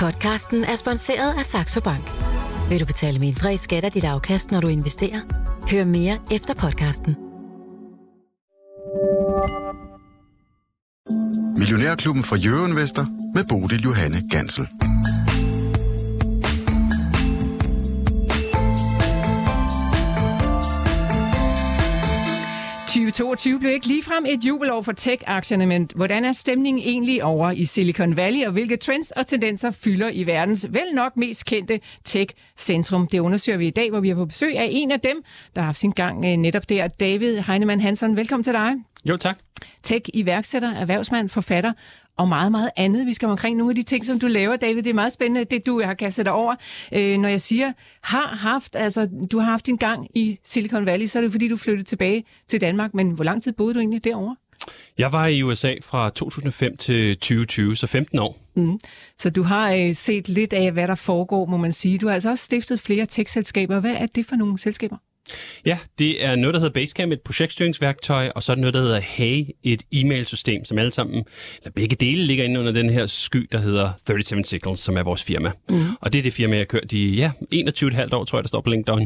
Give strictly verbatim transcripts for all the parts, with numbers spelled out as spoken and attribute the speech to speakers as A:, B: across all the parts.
A: Podcasten er sponsoreret af Saxo Bank. Vil du betale mindre i skat af dit afkast, når du investerer? Hør mere efter podcasten.
B: Millionærklubben fra Euroinvestor med Bodil Johanne Gansel.
C: tyve toogtyve blev ikke ligefrem et jubelår for tech-aktierne, men hvordan er stemningen egentlig over i Silicon Valley, og hvilke trends og tendenser fylder i verdens vel nok mest kendte tech-centrum? Det undersøger vi i dag, hvor vi har fået besøg af en af dem, der har haft sin gang netop der. David Heinemann Hansson, velkommen til dig.
D: Jo, tak.
C: Tech-iværksætter, erhvervsmand, forfatter og meget, meget andet. Vi skal omkring nogle af de ting, som du laver, David. Det er meget spændende, det du har kastet dig over. Øh, når jeg siger, har haft, altså du har haft din gang i Silicon Valley, så er det fordi, du flyttede tilbage til Danmark. Men hvor lang tid boede du egentlig derovre?
D: Jeg var i U S A fra to tusind og fem til tyve tyve, så femten år.
C: Mm. Så du har øh, set lidt af, hvad der foregår, må man sige. Du har altså også stiftet flere tech-selskaber. Hvad er det for nogle selskaber?
D: Ja, det er noget, der hedder Basecamp, et projektstyringsværktøj, og så er det noget, der hedder Hey, et e-mailsystem, som alle sammen, eller begge dele ligger inde under den her sky, der hedder syvogtredive Signals, som er vores firma. Mm. Og det er det firma, jeg har kørt i ja, enogtyve komma fem år, tror jeg, der står på LinkedIn.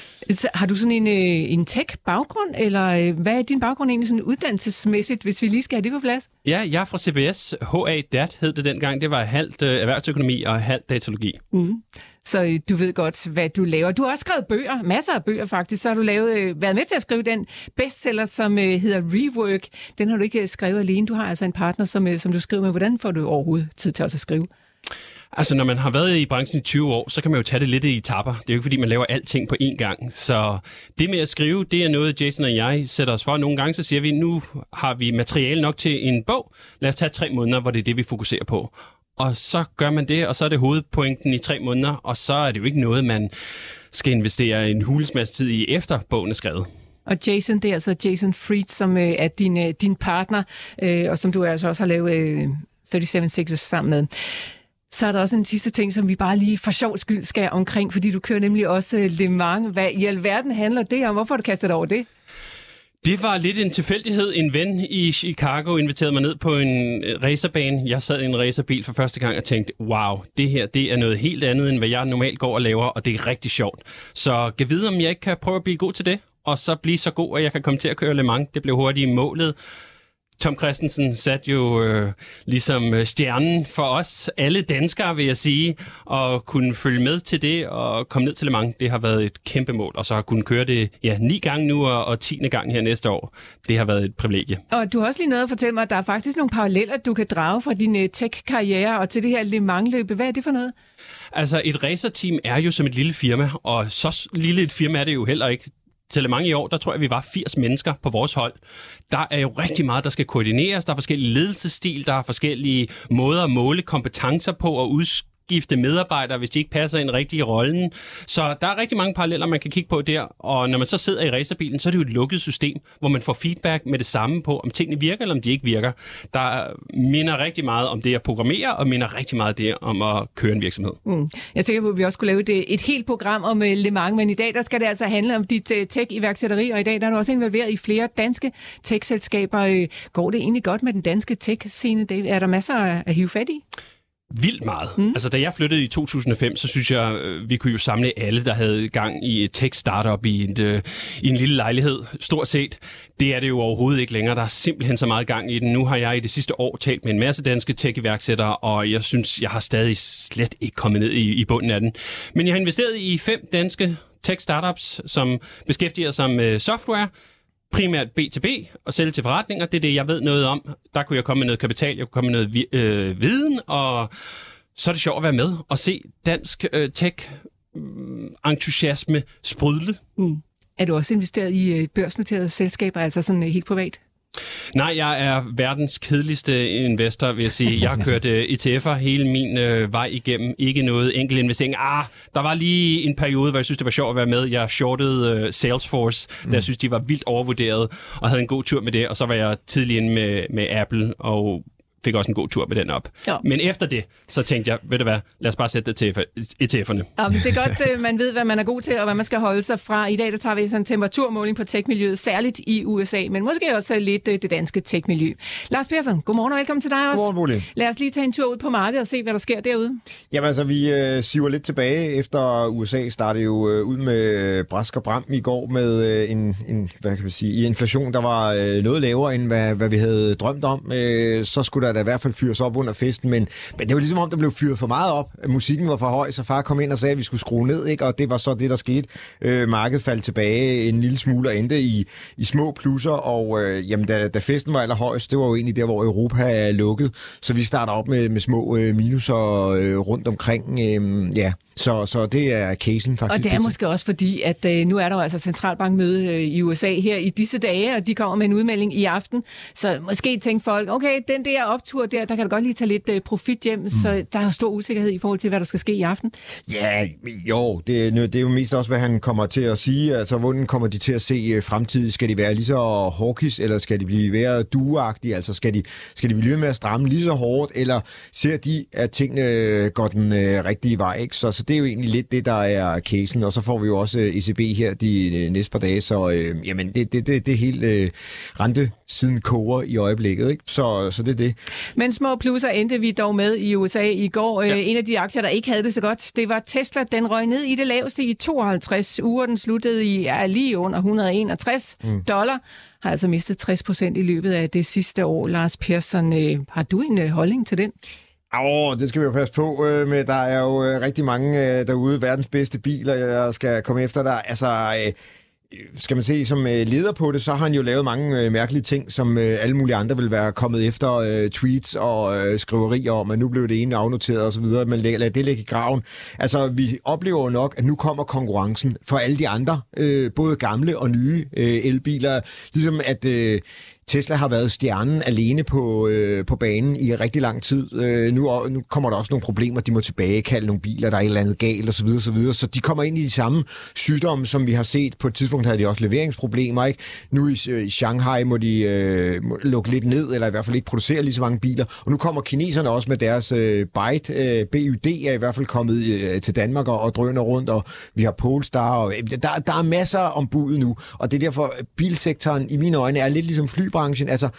C: Så har du sådan en, en tech-baggrund, eller hvad er din baggrund egentlig sådan uddannelsesmæssigt, hvis vi lige skal have det på plads?
D: Ja, jeg er fra C B S. H A D A T hed det dengang. Det var halvt øh, erhvervsøkonomi og halvt datalogi. Mm.
C: Så du ved godt, hvad du laver. Du har også skrevet bøger, masser af bøger faktisk. Så har du lavet, øh, været med til at skrive den bestseller, som øh, hedder Rework. Den har du ikke skrevet alene. Du har altså en partner, som, øh, som du skriver med. Hvordan får du overhovedet tid til også at skrive?
D: Altså, når man har været i branchen i tyve år, så kan man jo tage det lidt i etapper. Det er jo ikke, fordi man laver alting på én gang. Så det med at skrive, det er noget, Jason og jeg sætter os for. Nogle gange så siger vi, nu har vi materiale nok til en bog. Lad os tage tre måneder, hvor det er det, vi fokuserer på. Og så gør man det, og så er det hovedpointen i tre måneder, og så er det jo ikke noget, man skal investere en hulens masse tid i, efter bogen er skrevet.
C: Og Jason, det er altså Jason Fried, som øh, er din, øh, din partner, øh, og som du altså også har lavet øh, syvogtredive Signals sammen med. Så er der også en sidste ting, som vi bare lige for sjov skyld skal omkring, fordi du kører nemlig også Le Mans. Hvad i alverden handler det om? Hvorfor har du kastet over det?
D: Det var lidt en tilfældighed. En ven i Chicago inviterede mig ned på en racerbane. Jeg sad i en racerbil for første gang og tænkte, wow, det her det er noget helt andet, end hvad jeg normalt går og laver, og det er rigtig sjovt. Så kan vide, om jeg ikke kan prøve at blive god til det, og så blive så god, at jeg kan komme til at køre Le Mans. Det blev hurtigt i målet. Tom Christensen satte jo øh, ligesom stjernen for os, alle danskere vil jeg sige, og kunne følge med til det og komme ned til Le Mans. Det har været et kæmpe mål, og så har kunnet køre det ja, ni gange nu og, og tiende gang her næste år. Det har været et privilegie.
C: Og du har også lige noget at fortælle mig, at der er faktisk nogle paralleller, du kan drage fra din tech-karriere og til det her Le Mans-løb. Hvad er det for noget?
D: Altså et racerteam er jo som et lille firma, og så lille et firma er det jo heller ikke. Til Le Mans i år, der tror jeg, vi var firs mennesker på vores hold. Der er jo rigtig meget, der skal koordineres. Der er forskellige ledelsesstil, der er forskellige måder at måle kompetencer på og udskifte medarbejdere, hvis de ikke passer ind rigtig i rollen. Så der er rigtig mange paralleller, man kan kigge på der. Og når man så sidder i racerbilen, så er det jo et lukket system, hvor man får feedback med det samme på, om tingene virker eller om de ikke virker. Der minder rigtig meget om det at programmere, og minder rigtig meget det om at køre en virksomhed. Mm.
C: Jeg tænker på, at vi også skulle lave et, et helt program om Le Mans, men i dag der skal det altså handle om dit uh, tech-iværksætteri, og i dag der er du også involveret i flere danske tech-selskaber. Går det egentlig godt med den danske tech-scene, David? Er der masser at hive fat i?
D: Vildt meget. Mm. Altså, da jeg flyttede i to tusind og fem, så synes jeg, vi kunne jo samle alle, der havde gang i et tech-startup i en, øh, i en lille lejlighed, stort set. Det er det jo overhovedet ikke længere. Der er simpelthen så meget gang i den. Nu har jeg i det sidste år talt med en masse danske tech-iværksættere, og jeg synes, jeg har stadig slet ikke kommet ned i, i bunden af den. Men jeg har investeret i fem danske tech-startups, som beskæftiger sig med software, primært B to B og sælge til forretninger. Det er det, jeg ved noget om. Der kunne jeg komme med noget kapital, jeg kunne komme med noget vi- øh, viden, og så er det sjovt at være med og se dansk øh, tech-entusiasme sprudle. Mm.
C: Er du også investeret i børsnoterede selskaber, altså sådan helt privat?
D: Nej, jeg er verdens kedeligste investor, vil jeg sige. Jeg har kørt uh, E T F'er hele min uh, vej igennem. Ikke noget enkelt investering. Ah, der var lige en periode, hvor jeg synes, det var sjovt at være med. Jeg shortede uh, Salesforce, mm. der jeg synes, de var vildt overvurderet, og havde en god tur med det. Og så var jeg tidlig inde med, med Apple, og fik også en god tur med den op.
C: Jo.
D: Men efter det, så tænkte jeg, ved du hvad, lad os bare sætte det til E T F'erne.
C: Ja, det er godt, man ved, hvad man er god til, og hvad man skal holde sig fra. I dag der tager vi sådan en temperaturmåling på tech-miljøet, særligt i U S A, men måske også lidt det danske tech-miljø. Lars Persson, godmorgen og velkommen til dig også.
E: Godmorgen, Bolig.
C: Lad os lige tage en tur ud på markedet og se, hvad der sker derude.
E: Jamen altså, vi øh, siver lidt tilbage, efter U S A startede jo øh, ud med brask og bram i går med øh, en, en, hvad kan vi sige, inflation, der var øh, noget lavere, end hvad, hvad vi havde drømt om. Øh, så skulle der da i hvert fald fyres op under festen, men, men det var ligesom om, der blev fyret for meget op. Musikken var for høj, så far kom ind og sagde, at vi skulle skrue ned, ikke? Og det var så det, der skete. Øh, markedet faldt tilbage en lille smule og endte i, i små plusser, og øh, jamen, da, da festen var allerhøjst, det var jo egentlig der, hvor Europa er lukket, så vi starter op med, med små øh, minuser øh, rundt omkring. Øh, ja. Så, så det er casen faktisk.
C: Og det er måske også fordi, at øh, nu er der jo altså centralbankmøde øh, i U S A her i disse dage, og de kommer med en udmelding i aften. Så måske tænker folk, okay, den der optur der, der kan du godt lige tage lidt øh, profit hjem, mm. så der er stor usikkerhed i forhold til, hvad der skal ske i aften.
E: Ja, jo, det, det er jo mest også, hvad han kommer til at sige. Altså, hvordan kommer de til at se øh, fremtiden? Skal de være lige så hawkish, eller skal de blive mere dueagtige? Altså, skal de, skal de blive ved med at stramme lige så hårdt, eller ser de, at tingene går den øh, rigtige vej, ikke? Så, så det er jo egentlig lidt det, der er casen, og så får vi jo også E C B her de næste par dage, så øh, jamen, det, det, det, det er helt øh, rentesiden koger i øjeblikket, ikke? Så, så det er det. Men
C: små plusser endte vi dog med i U S A i går. Ja. En af de aktier, der ikke havde det så godt, det var Tesla. Den røg ned i det laveste i tooghalvtreds uger. Den sluttede i ja, lige under et hundrede og enogtres mm. dollar. Har altså mistet tres procent i løbet af det sidste år. Lars Persson, øh, har du en øh, holdning til den?
E: Åh, oh, det skal vi jo passe på øh, med. Der er jo øh, rigtig mange øh, derude, verdens bedste biler, jeg skal komme efter der. Altså, øh, skal man se, som øh, leder på det, så har han jo lavet mange øh, mærkelige ting, som øh, alle mulige andre vil være kommet efter. Øh, tweets og øh, skriverier om, at nu blev det ene afnoteret og så videre. Men lad, lad det ligge i graven. Altså, vi oplever jo nok, at nu kommer konkurrencen for alle de andre, øh, både gamle og nye øh, elbiler. Ligesom at... Øh, Tesla har været stjernen alene på, øh, på banen i rigtig lang tid. Øh, nu, nu kommer der også nogle problemer, de må tilbagekalde nogle biler, der er et eller andet galt osv. Så, videre, så de kommer ind i de samme sygdomme, som vi har set. På et tidspunkt havde de også leveringsproblemer, ikke? Nu i, øh, i Shanghai må de øh, må lukke lidt ned, eller i hvert fald ikke producere lige så mange biler. Og nu kommer kineserne også med deres øh, Byte. Øh, B Y D er i hvert fald kommet øh, til Danmark og, og drøner rundt, og vi har Polestar. Og, øh, der, der er masser om budet nu, og det er derfor, bilsektoren i mine øjne er lidt ligesom fly branchen. Altså,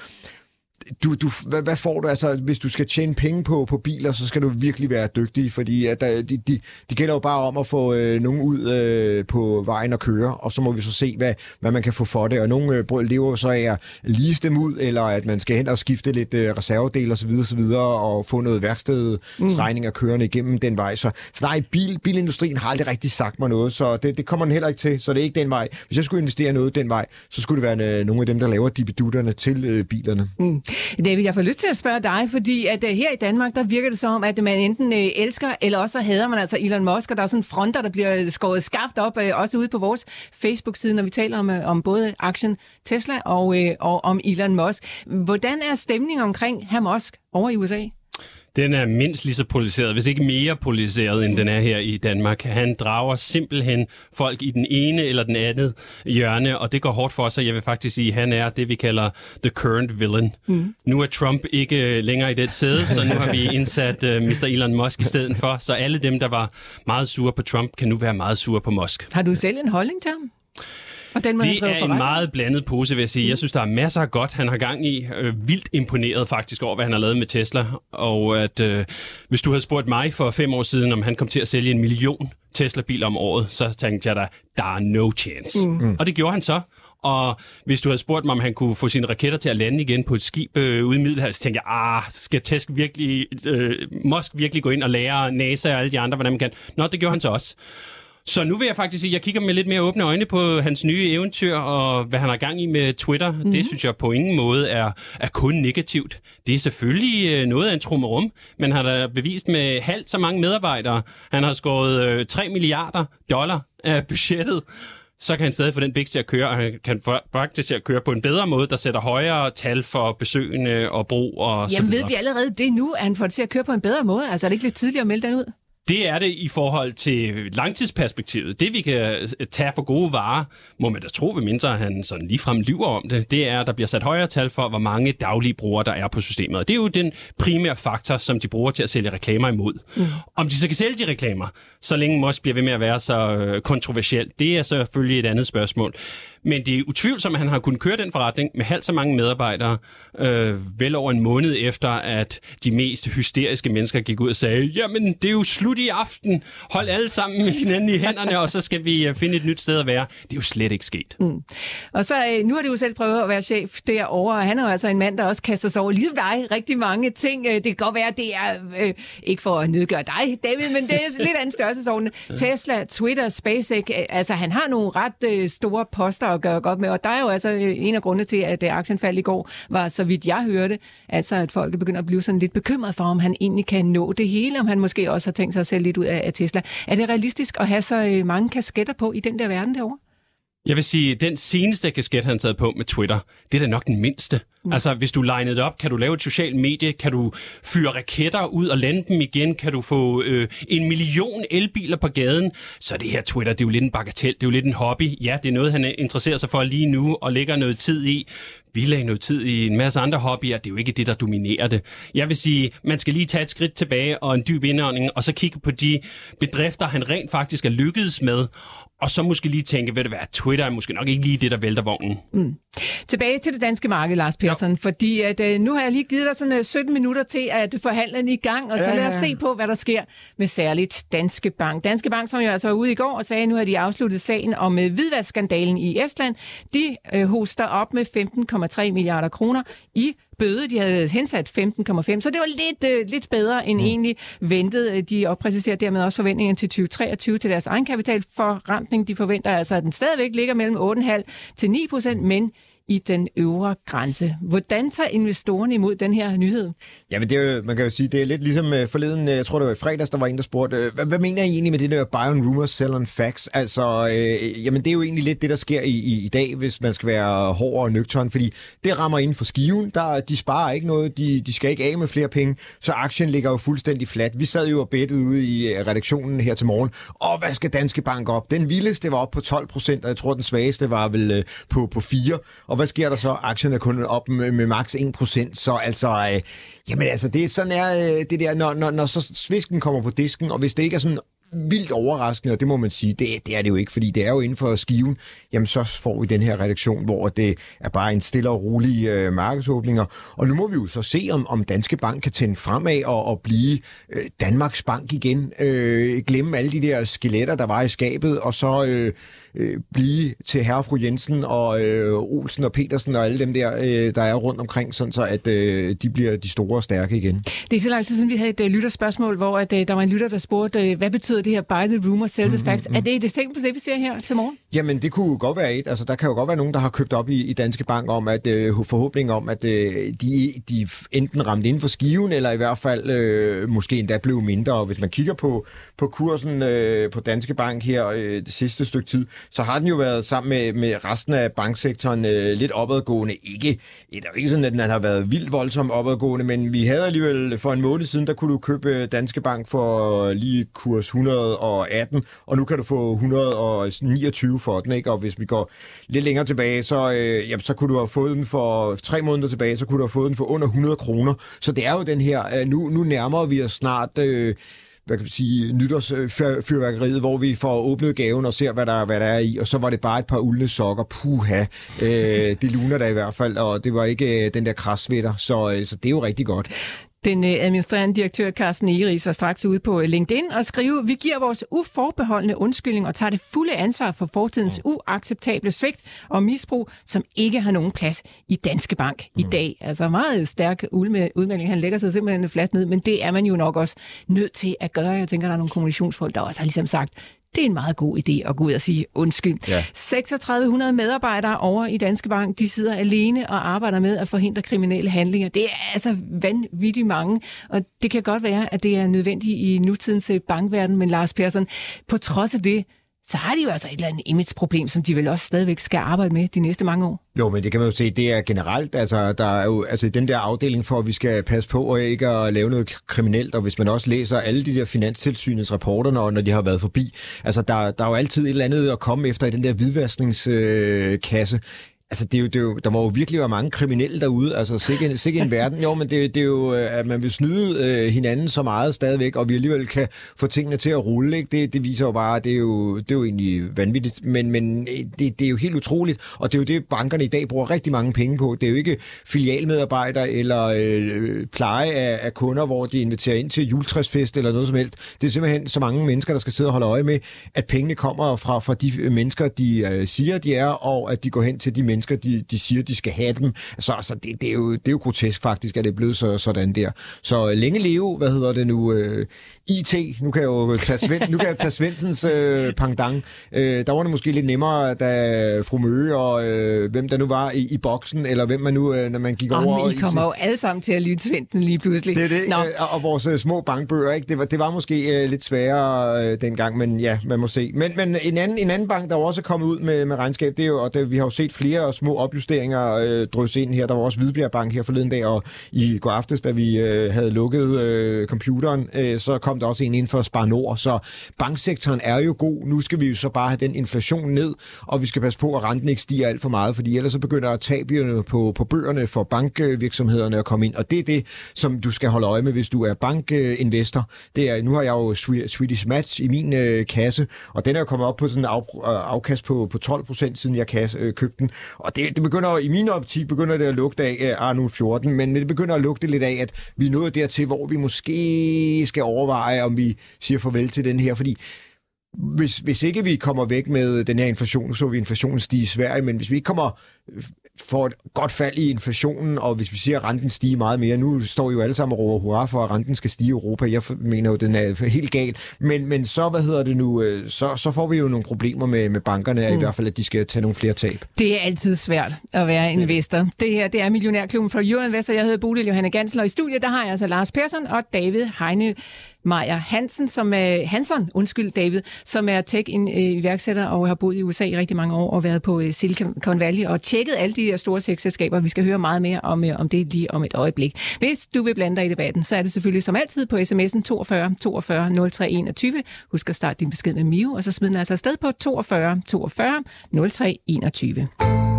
E: du, du, hvad, hvad får du? Altså, hvis du skal tjene penge på, på biler, så skal du virkelig være dygtig, fordi at der, de, de, de gælder jo bare om at få øh, nogen ud øh, på vejen og køre, og så må vi så se, hvad, hvad man kan få for det. Og nogle øh, lever så af at lease dem ud, eller at man skal hen og skifte lidt øh, reservedel og så videre, så videre, og få noget værkstedsregning af kørende igennem den vej. Så, så nej, bil, bilindustrien har aldrig rigtig sagt mig noget, så det, det kommer den heller ikke til, så det er ikke den vej. Hvis jeg skulle investere noget den vej, så skulle det være øh, nogle af dem, der laver dibedutterne til øh, bilerne.
C: Mm. David, jeg får lyst til at spørge dig, fordi at uh, her i Danmark, der virker det som, at man enten uh, elsker, eller også hader man altså Elon Musk, og der er sådan fronter, der bliver skåret skarpt op, uh, også ude på vores Facebook-side, når vi taler om, uh, om både aktien Tesla og, uh, og om Elon Musk. Hvordan er stemningen omkring herr Musk over i U S A?
D: Den er mindst lige så polariseret, hvis ikke mere polariseret, end den er her i Danmark. Han drager simpelthen folk i den ene eller den anden hjørne, og det går hårdt for sig. Jeg vil faktisk sige, at han er det, vi kalder the current villain. Mm. Nu er Trump ikke længere i det sæde, så nu har vi indsat uh, mister Elon Musk i stedet for. Så alle dem, der var meget sure på Trump, kan nu være meget sure på Musk.
C: Har du selv en holdning til ham? Og den
D: det er en meget blandet pose, vil jeg sige. Jeg synes, der er masser af godt, han har gang i. Øh, vildt imponeret faktisk over, hvad han har lavet med Tesla. Og at øh, hvis du havde spurgt mig for fem år siden, om han kom til at sælge en million Tesla-biler om året, så tænkte jeg da, der er no chance. Mm. Og det gjorde han så. Og hvis du havde spurgt mig, om han kunne få sine raketter til at lande igen på et skib øh, ude i Middelhavet, så tænkte jeg, ah, skal Tesla virkelig, øh, Musk virkelig gå ind og lære NASA og alle de andre, hvordan man kan? Nå, det gjorde han så også. Så nu vil jeg faktisk sige, at jeg kigger med lidt mere åbne øjne på hans nye eventyr, og hvad han har gang i med Twitter. Mm-hmm. Det synes jeg på ingen måde er, er kun negativt. Det er selvfølgelig noget af en trummerum, men han har bevist med halvt så mange medarbejdere. Han har skåret øh, tre milliarder dollar af budgettet. Så kan han stadig få den big til at køre, og han kan faktisk at køre på en bedre måde, der sætter højere tal for besøgende og brug og
C: Jamen
D: så
C: ved vi allerede det nu, at han får det til at køre på en bedre måde? Altså er det ikke lidt tidligere at melde den ud?
D: Det er det i forhold til langtidsperspektivet. Det, vi kan tage for gode varer, må man da tro, ved mindre han sådan ligefrem lyver om det, det er, at der bliver sat højere tal for, hvor mange daglige brugere, der er på systemet. Og det er jo den primære faktor, som de bruger til at sælge reklamer imod. Mm. Om de så kan sælge de reklamer, så længe Musk bliver ved med at være så kontroversielt, det er selvfølgelig et andet spørgsmål. Men det er utvivlsomt, at han har kunnet køre den forretning med halvt så mange medarbejdere, øh, vel over en måned efter, at de mest hysteriske mennesker gik ud og sagde, jamen, det er jo slut i aften. Hold alle sammen med hinanden i hænderne, og så skal vi finde et nyt sted at være. Det er jo slet ikke sket. Mm.
C: Og så nu har du jo selv prøvet at være chef derovre, og han er jo altså en mand, der også kaster sig over, ligesom dig, rigtig mange ting. Det kan godt være, det er øh, ikke for at nedgøre dig, David, men det er lidt anden størrelsesorden. Tesla, Twitter, SpaceX, altså han har nogle ret øh, store poster at gøre godt med, og der er jo altså en af grundene til, at aktien faldt i går, var, så vidt jeg hørte, altså at folk begynder at blive sådan lidt bekymret for, om han egentlig kan nå det hele, om han måske også har tænkt sig at sælge lidt ud af Tesla. Er det realistisk at have så mange kasketter på i den der verden derovre?
D: Jeg vil sige, den seneste kasket, han har taget på med Twitter, det er da nok den mindste. Mm. Altså, hvis du linede det op, kan du lave et socialt medie, kan du fyre raketter ud og lande dem igen, kan du få øh, en million elbiler på gaden, så det her Twitter, det er jo lidt en bagatel, det er jo lidt en hobby. Ja, det er noget, han interesserer sig for lige nu og lægger noget tid i. Vi lægger noget tid i en masse andre hobbyer, det er jo ikke det, der dominerer det. Jeg vil sige, man skal lige tage et skridt tilbage og en dyb indånding, og så kigge på de bedrifter, han rent faktisk er lykkedes med, og så måske lige tænke, ved du hvad, Twitter er måske nok ikke lige det, der vælter vognen. Mm.
C: Tilbage til det danske marked, Lars Persson, ja. fordi at, uh, nu har jeg lige givet dig sådan uh, sytten minutter til at forhandle den i gang, og så ja, lad os se på, hvad der sker med særligt Danske Bank. Danske Bank, som jo altså var ude i går og sagde, at nu har de afsluttet sagen om uh, hvidvaskskandalen i Estland. De uh, hoster op med femten komma tre milliarder kroner i bøde. De havde hensat femten komma fem, så det var lidt, øh, lidt bedre end mm. egentlig ventet. De oppræciserer dermed også forventningen til tyve treogtyve til deres egenkapitalforrentning. De forventer altså, at den stadigvæk ligger mellem otte komma fem til ni procent, men i den øvre grænse. Hvordan tager investorerne imod den her nyhed?
E: Jamen, det er jo, man kan jo sige, det er lidt ligesom uh, forleden, jeg tror det var i fredags, der var en, der spurgte, uh, hvad, hvad mener I egentlig med det der buy on rumors, sell on facts? Altså, uh, jamen det er jo egentlig lidt det, der sker i, i, i dag, hvis man skal være hård og nøgtern, fordi det rammer inden for skiven, der, de sparer ikke noget, de, de skal ikke af med flere penge, så aktien ligger jo fuldstændig flat. Vi sad jo og bettede ude i uh, redaktionen her til morgen, og hvad skal Danske Bank op? Den vildeste var op på tolv procent, og jeg tror, den svageste var vel uh, på, på fire. Og hvad sker der så? Aktien er kun op med, med maks en procent, så altså, øh, jamen altså, det er sådan er øh, det der, når, når, når så svisken kommer på disken, og hvis det ikke er sådan vildt overraskende, og det må man sige, det, det er det jo ikke, fordi det er jo inden for skiven, jamen så får vi den her redaktion, hvor det er bare en stille og rolig øh, markedsåbninger, og nu må vi jo så se, om, om Danske Bank kan tænde fremad og, og blive øh, Danmarks Bank igen, øh, glemme alle de der skeletter, der var i skabet, og så øh, øh, blive til herre og fru Jensen og øh, Olsen og Petersen og alle dem der, øh, der er rundt omkring, sådan så at øh, de bliver de store og stærke igen.
C: Det er ikke så lang tid siden, vi havde et uh, lytterspørgsmål, hvor at, uh, der var en lytter, der spurgte, uh, hvad betyder det her buy the rumor, sell the facts? Mm-hmm. Er det et eksempel på det, vi ser her til morgen?
E: Jamen, det kunne godt være et. Altså, der kan jo godt være nogen, der har købt op i, i Danske Bank om, at øh, forhåbning om, at øh, de, de enten ramte inden for skiven, eller i hvert fald øh, måske endda blev mindre. Og hvis man kigger på, på kursen øh, på Danske Bank her øh, det sidste stykke tid, så har den jo været sammen med, med resten af banksektoren øh, lidt opadgående. Ikke, det er jo ikke sådan, at den har været vildt voldsomt opadgående, men vi havde alligevel for en måned siden, der kunne du købe Danske Bank for lige kurs et hundrede og atten, og nu kan du få et hundrede og niogtyve for den, ikke? Og hvis vi går lidt længere tilbage, så, øh, jamen, så kunne du have fået den for tre måneder tilbage, så kunne du have fået den for under hundrede kroner. Så det er jo den her, øh, nu, nu nærmer vi os snart øh, hvad kan man sige, nytårsfyrværkeriet, hvor vi får åbnet gaven og ser, hvad der, hvad der er i, og så var det bare et par uldne sokker. Puha, øh, det luner der i hvert fald, og det var ikke øh, den der krasvætter, så, øh, så det er jo rigtig godt.
C: Den administrerende direktør Carsten Egeris var straks ude på LinkedIn og skrive, vi giver vores uforbeholdne undskyldning og tager det fulde ansvar for fortidens uacceptable svigt og misbrug, som ikke har nogen plads i Danske Bank i dag. Altså meget stærk udmelding. Han lægger sig simpelthen fladt ned, men det er man jo nok også nødt til at gøre. Jeg tænker, der er nogle kommunikationsfolk, der også har ligesom sagt, det er en meget god idé at gå ud og sige undskyld. Ja. seksogtredive hundrede medarbejdere over i Danske Bank, de sidder alene og arbejder med at forhindre kriminelle handlinger. Det er altså vanvittigt mange, og det kan godt være, at det er nødvendigt i nutidens bankverden, men Lars Persson, på trods af det, så har de jo altså et eller andet image-problem, som de vel også stadigvæk skal arbejde med de næste mange år.
E: Jo, men det kan man jo se, det er generelt, altså der er jo altså den der afdeling for, at vi skal passe på og ikke at lave noget kriminelt, og hvis man også læser alle de der finanstilsynets rapporter, når, når de har været forbi, altså der, der er jo altid et eller andet at komme efter i den der hvidvaskningskasse. Øh, Altså, det er jo, det er jo, der må jo virkelig være mange kriminelle derude, altså sikke, sikke en verden. Jo, men det, det er jo, at man vil snyde øh, hinanden så meget stadigvæk, og vi alligevel kan få tingene til at rulle, ikke? Det, det viser jo bare, det er jo, det er jo egentlig vanvittigt, men, men det, det er jo helt utroligt, og det er jo det, bankerne i dag bruger rigtig mange penge på. Det er jo ikke filialmedarbejdere eller øh, pleje af, af kunder, hvor de inviterer ind til juletræsfest eller noget som helst. Det er simpelthen så mange mennesker, der skal sidde og holde øje med, at pengene kommer fra, fra de mennesker, de øh, siger, de er, og at de går hen til de mennesker, De, de siger, de skal have dem. Så, så det, det, er jo, det er jo grotesk faktisk, at det er blevet så, sådan der. Så længe leve, hvad hedder det nu, uh, I T, nu kan jeg jo tage, Svend, nu kan jeg tage Svendsens uh, pangdang. Uh, der var det måske lidt nemmere, da fru Møge og uh, hvem der nu var i, i boksen, eller hvem man nu, uh, når man gik
C: oh,
E: over...
C: I kommer jo alle sammen til at lytte Svendsen lige pludselig.
E: Det er det, uh, og vores uh, små bankbøger, ikke? Det var, det var måske uh, lidt sværere uh, dengang, men ja, man må se. Men, men en, anden, en anden bank, der også er kommet ud med, med regnskab, det er jo, og det, vi har jo set flere små opjusteringer øh, drøse ind her. Der var også Hvidbjerg Bank her forleden dag, og i går aftes, da vi øh, havde lukket øh, computeren, øh, så kom der også en inden for Spar Nord. Så banksektoren er jo god. Nu skal vi jo så bare have den inflation ned, og vi skal passe på, at renten ikke stiger alt for meget, fordi ellers så begynder taberne på, på bøgerne for bankvirksomhederne at komme ind. Og det er det, som du skal holde øje med, hvis du er bankinvestor. Det er, nu har jeg jo Swedish Match i min øh, kasse, og den er jo kommet op på sådan en af, øh, afkast på, på tolv procent, siden jeg kasse, øh, købte den. Og det, det begynder, i min optik begynder det at lugte af, ah, nu fjorten, men det begynder at lugte lidt af, at vi er nået dertil, hvor vi måske skal overveje, om vi siger farvel til den her, fordi hvis, hvis ikke vi kommer væk med den her inflation, så vi inflationen stige i Sverige, men hvis vi ikke kommer for et godt fald i inflationen, og hvis vi siger, at renten stiger meget mere, nu står jo alle sammen og råber hurra for, at renten skal stige i Europa. Jeg mener jo, den er helt gal. Men, men så, hvad hedder det nu, så, så får vi jo nogle problemer med, med bankerne, mm. i hvert fald, at de skal tage nogle flere tab.
C: Det er altid svært at være investor. Det, det her, det er Millionærklubben fra Euroinvestor. Jeg hedder Bodil Johanne Gansel, og i studiet, der har jeg altså Lars Persson og David Heine Meyer Hansen, som er Hansen, undskyld David, som er tech-iværksætter og har boet i U S A i rigtig mange år og været på Silicon Valley og tjekket alle de der store tech-selskaber. Vi skal høre meget mere om, om det lige om et øjeblik. Hvis du vil blande dig i debatten, så er det selvfølgelig som altid på sms'en toogfyrre toogfyrre nul tre enogtyve. Husk at starte din besked med Mio, og så smid den altså afsted på toogfyrre toogfyrre nul tre enogtyve.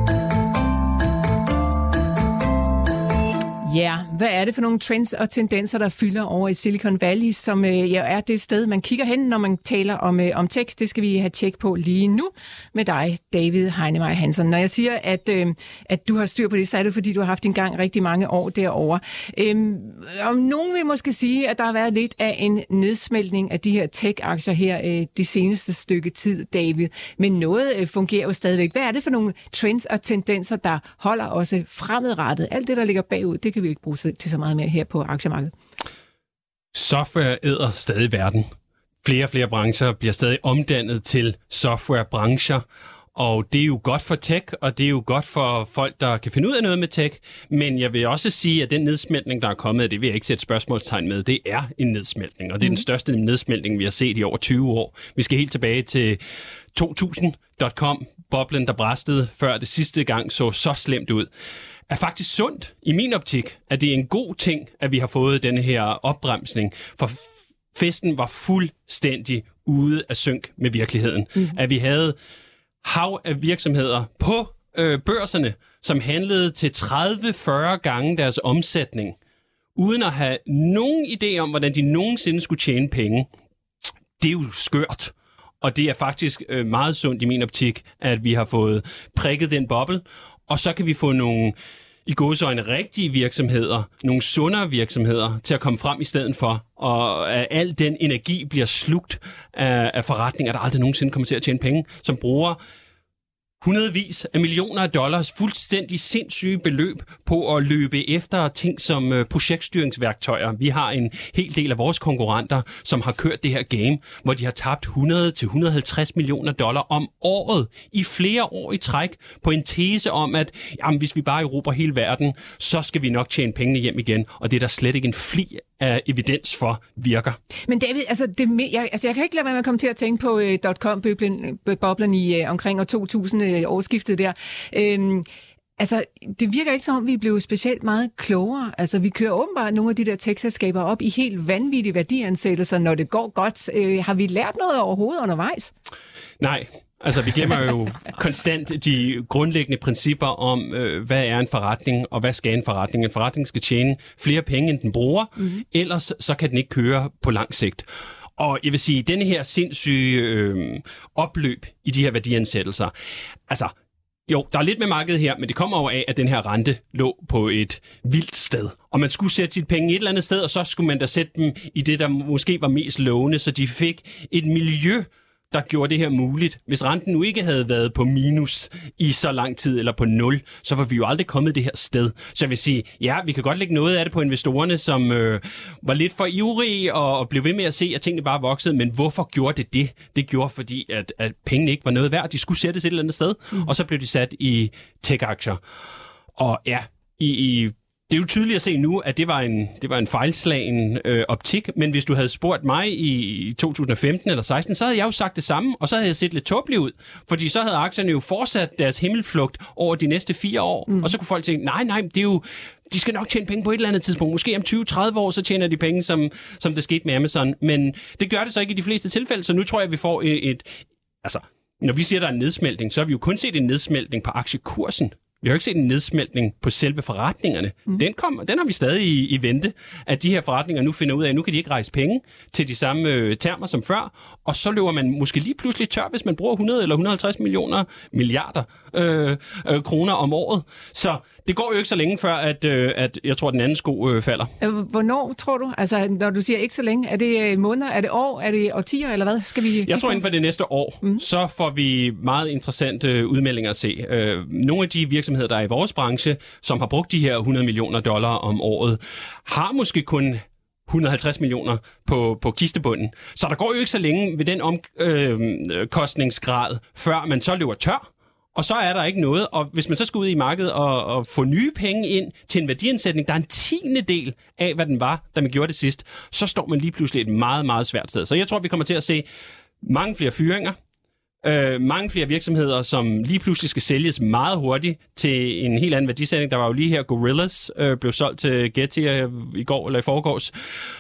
C: Ja, hvad er det for nogle trends og tendenser, der fylder over i Silicon Valley, som øh, ja, er det sted, man kigger hen, når man taler om, øh, om tech? Det skal vi have tjek på lige nu med dig, David Heine Meyer Hansen. Når jeg siger, at, øh, at du har styr på det, så er det, fordi du har haft en gang rigtig mange år derovre. Øhm, om nogen vil måske sige, at der har været lidt af en nedsmeltning af de her tech-aktier her øh, det seneste stykke tid, David. Men noget øh, fungerer jo stadigvæk. Hvad er det for nogle trends og tendenser, der holder også fremadrettet? Alt det, der ligger bagud, det kan vi ikke bruge til så meget mere her på aktiemarkedet.
D: Software æder stadig verden. Flere og flere brancher bliver stadig omdannet til softwarebrancher, og det er jo godt for tech, og det er jo godt for folk, der kan finde ud af noget med tech, men jeg vil også sige, at den nedsmeltning, der er kommet, det vil jeg ikke sætte spørgsmålstegn med, det er en nedsmeltning, og det er den største nedsmeltning, vi har set i over tyve år. Vi skal helt tilbage til to tusind punktum com, boblen, der bræstede, før det sidste gang så så slemt ud. Er faktisk sundt i min optik, at det er en god ting, at vi har fået denne her opbremsning, for festen var fuldstændig ude af synk med virkeligheden. Mm. At vi havde hav af virksomheder på øh, børserne, som handlede til tredive til fyrre gange deres omsætning, uden at have nogen idé om, hvordan de nogensinde skulle tjene penge. Det er jo skørt. Og det er faktisk øh, meget sundt i min optik, at vi har fået prikket den boble, og så kan vi få nogle, i gåseøjne, rigtige virksomheder, nogle sundere virksomheder til at komme frem i stedet for, og at al den energi bliver slugt af, af forretninger, der aldrig nogensinde kommer til at tjene penge, som bruger hundredvis af millioner af dollars, fuldstændig sindssyge beløb på at løbe efter ting som øh, projektstyringsværktøjer. Vi har en hel del af vores konkurrenter, som har kørt det her game, hvor de har tabt hundrede til et hundrede og halvtreds millioner dollar om året i flere år i træk på en tese om, at jamen, hvis vi bare erobrer hele verden, så skal vi nok tjene pengene hjem igen, og det er der slet ikke en fli af evidens for virker.
C: Men David, altså, det, jeg, altså jeg kan ikke lade være med at komme til at tænke på uh, dot-com-boblen i uh, omkring år to tusind, uh, årsskiftet der. Øhm, altså, det virker ikke som om, vi er blevet specielt meget klogere. Altså, vi kører åbenbart nogle af de der tech-selskaber op i helt vanvittige værdiansættelser, når det går godt. Uh, har vi lært noget overhovedet undervejs?
D: Nej. Altså, vi glemmer jo konstant de grundlæggende principper om, øh, hvad er en forretning, og hvad skal en forretning. En forretning skal tjene flere penge, end den bruger, mm-hmm. ellers så kan den ikke køre på lang sigt. Og jeg vil sige, denne her sindssyge øh, opløb i de her værdiansættelser, altså, jo, der er lidt med markedet her, men det kommer over af, at den her rente lå på et vildt sted. Og man skulle sætte sit penge et eller andet sted, og så skulle man da sætte dem i det, der måske var mest lovende, så de fik et miljø, der gjorde det her muligt. Hvis renten nu ikke havde været på minus i så lang tid, eller på nul, så var vi jo aldrig kommet det her sted. Så jeg vil sige, ja, vi kan godt lægge noget af det på investorerne, som øh, var lidt for ivrige og, og blev ved med at se, at tingene bare voksede. Men hvorfor gjorde det det? Det gjorde, fordi at, at pengene ikke var noget værd. De skulle sættes et eller andet sted, mm. og så blev de sat i tech-aktier. Og ja, i... i det er jo tydeligt at se nu, at det var en, det var en fejlslagen øh, optik, men hvis du havde spurgt mig i to tusind og femten eller seksten, så havde jeg jo sagt det samme, og så havde jeg set lidt tåbelig ud, fordi så havde aktierne jo fortsat deres himmelflugt over de næste fire år, mm. og så kunne folk tænke, nej, nej, det er jo, de skal nok tjene penge på et eller andet tidspunkt, måske om tyve til tredive år, så tjener de penge, som, som det skete med Amazon, men det gør det så ikke i de fleste tilfælde, så nu tror jeg, at vi får et, et altså, når vi siger, at der er en nedsmeltning, så har vi jo kun set en nedsmeltning på aktiekursen. Vi har jo ikke set en nedsmeltning på selve forretningerne. Mm. Den, kom, den har vi stadig i, i vente, at de her forretninger nu finder ud af, at nu kan de ikke rejse penge til de samme øh, termer som før, og så løber man måske lige pludselig tør, hvis man bruger hundrede eller et hundrede og halvtreds millioner milliarder øh, øh, kroner om året. Så det går jo ikke så længe før, at, øh, at jeg tror, at den anden sko øh, falder.
C: Hvornår tror du? Altså, når du siger ikke så længe, er det måneder, er det år, er det årtier, eller hvad? Skal vi
D: jeg tror, inden for det næste år, mm. så får vi meget interessante udmeldinger at se. Øh, nogle af de virksomheder, der er i vores branche, som har brugt de her hundrede millioner dollar om året, har måske kun et hundrede og halvtreds millioner på, på kistebunden. Så der går jo ikke så længe ved den omkostningsgrad, øh, før man så løber tør. Og så er der ikke noget, og hvis man så skal ud i markedet og, og få nye penge ind til en værdiansætning, der er en tiende del af, hvad den var, da man gjorde det sidst, så står man lige pludselig et meget, meget svært sted. Så jeg tror, vi kommer til at se mange flere fyringer, øh, mange flere virksomheder, som lige pludselig skal sælges meget hurtigt til en helt anden værdisætning. Der var jo lige her, Gorillas øh, blev solgt til Getir i går eller i forgårs,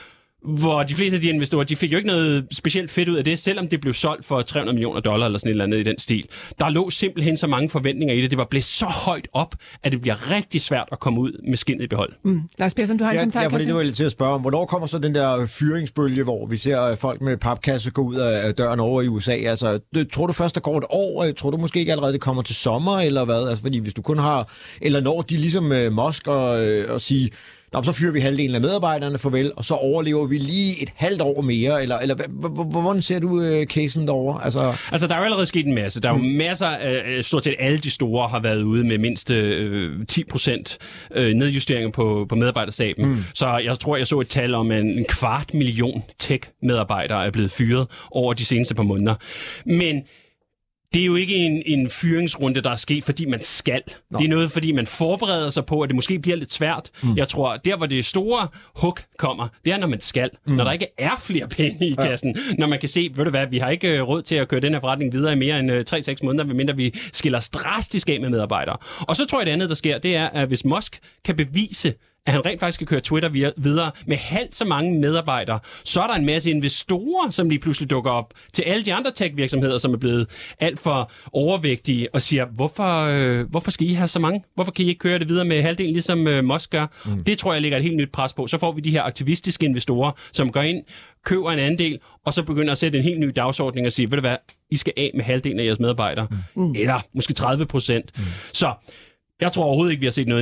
D: hvor de fleste af de investorer, de fik jo ikke noget specielt fedt ud af det, selvom det blev solgt for tre hundrede millioner dollar eller sådan et eller andet i den stil. Der lå simpelthen så mange forventninger i det. Det var blevet så højt op, at det bliver rigtig svært at komme ud med skindet i behold.
C: Mm. Lars Persson, du har
E: ja,
C: en kommentar.
E: Ja, fordi det var lidt til at spørge om, hvornår kommer så den der fyringsbølge, hvor vi ser folk med papkasse gå ud af døren over i U S A? Altså, tror du først, der går et år? Tror du måske ikke allerede, det kommer til sommer, eller hvad? Altså, fordi hvis du kun har, eller når de ligesom uh, Musk og, uh, og sige, nå, så fyrer vi halvdelen af medarbejderne, farvel, og så overlever vi lige et halvt år mere, eller, eller hvordan ser du uh, casen derovre? Altså...
D: altså, der er jo allerede sket en masse. Der er jo masser af, stort set alle de store har været ude med mindst øh, ti procent øh, nedjusteringer på, på medarbejderstaben. Mm. Så jeg tror, jeg så et tal om, en, en kvart million tech-medarbejdere er blevet fyret over de seneste par måneder. Men det er jo ikke en, en fyringsrunde, der er sket, fordi man skal. Nå. Det er noget, fordi man forbereder sig på, at det måske bliver lidt svært. Mm. Jeg tror, der hvor det store hug kommer, det er, når man skal. Mm. Når der ikke er flere penge i kassen. Ja. Når man kan se, ved du hvad, vi har ikke råd til at køre den her forretning videre i mere end tre til seks måneder, medmindre vi skiller os drastisk af med medarbejdere. Og så tror jeg, det andet, der sker, det er, at hvis Musk kan bevise, at han rent faktisk kan køre Twitter videre med halvt så mange medarbejdere, så er der en masse investorer, som lige pludselig dukker op til alle de andre tech-virksomheder, som er blevet alt for overvægtige, og siger, hvorfor, øh, hvorfor skal I have så mange? Hvorfor kan I ikke køre det videre med halvdelen, ligesom øh, Musk gør? Mm. Det tror jeg lægger et helt nyt pres på. Så får vi de her aktivistiske investorer, som går ind, køber en andel, og så begynder at sætte en helt ny dagsordning og sige, ved du hvad, I skal af med halvdelen af jeres medarbejdere. Mm. Eller måske tredive procent. Mm. Så jeg tror overhovedet ikke, vi har set noget endnu.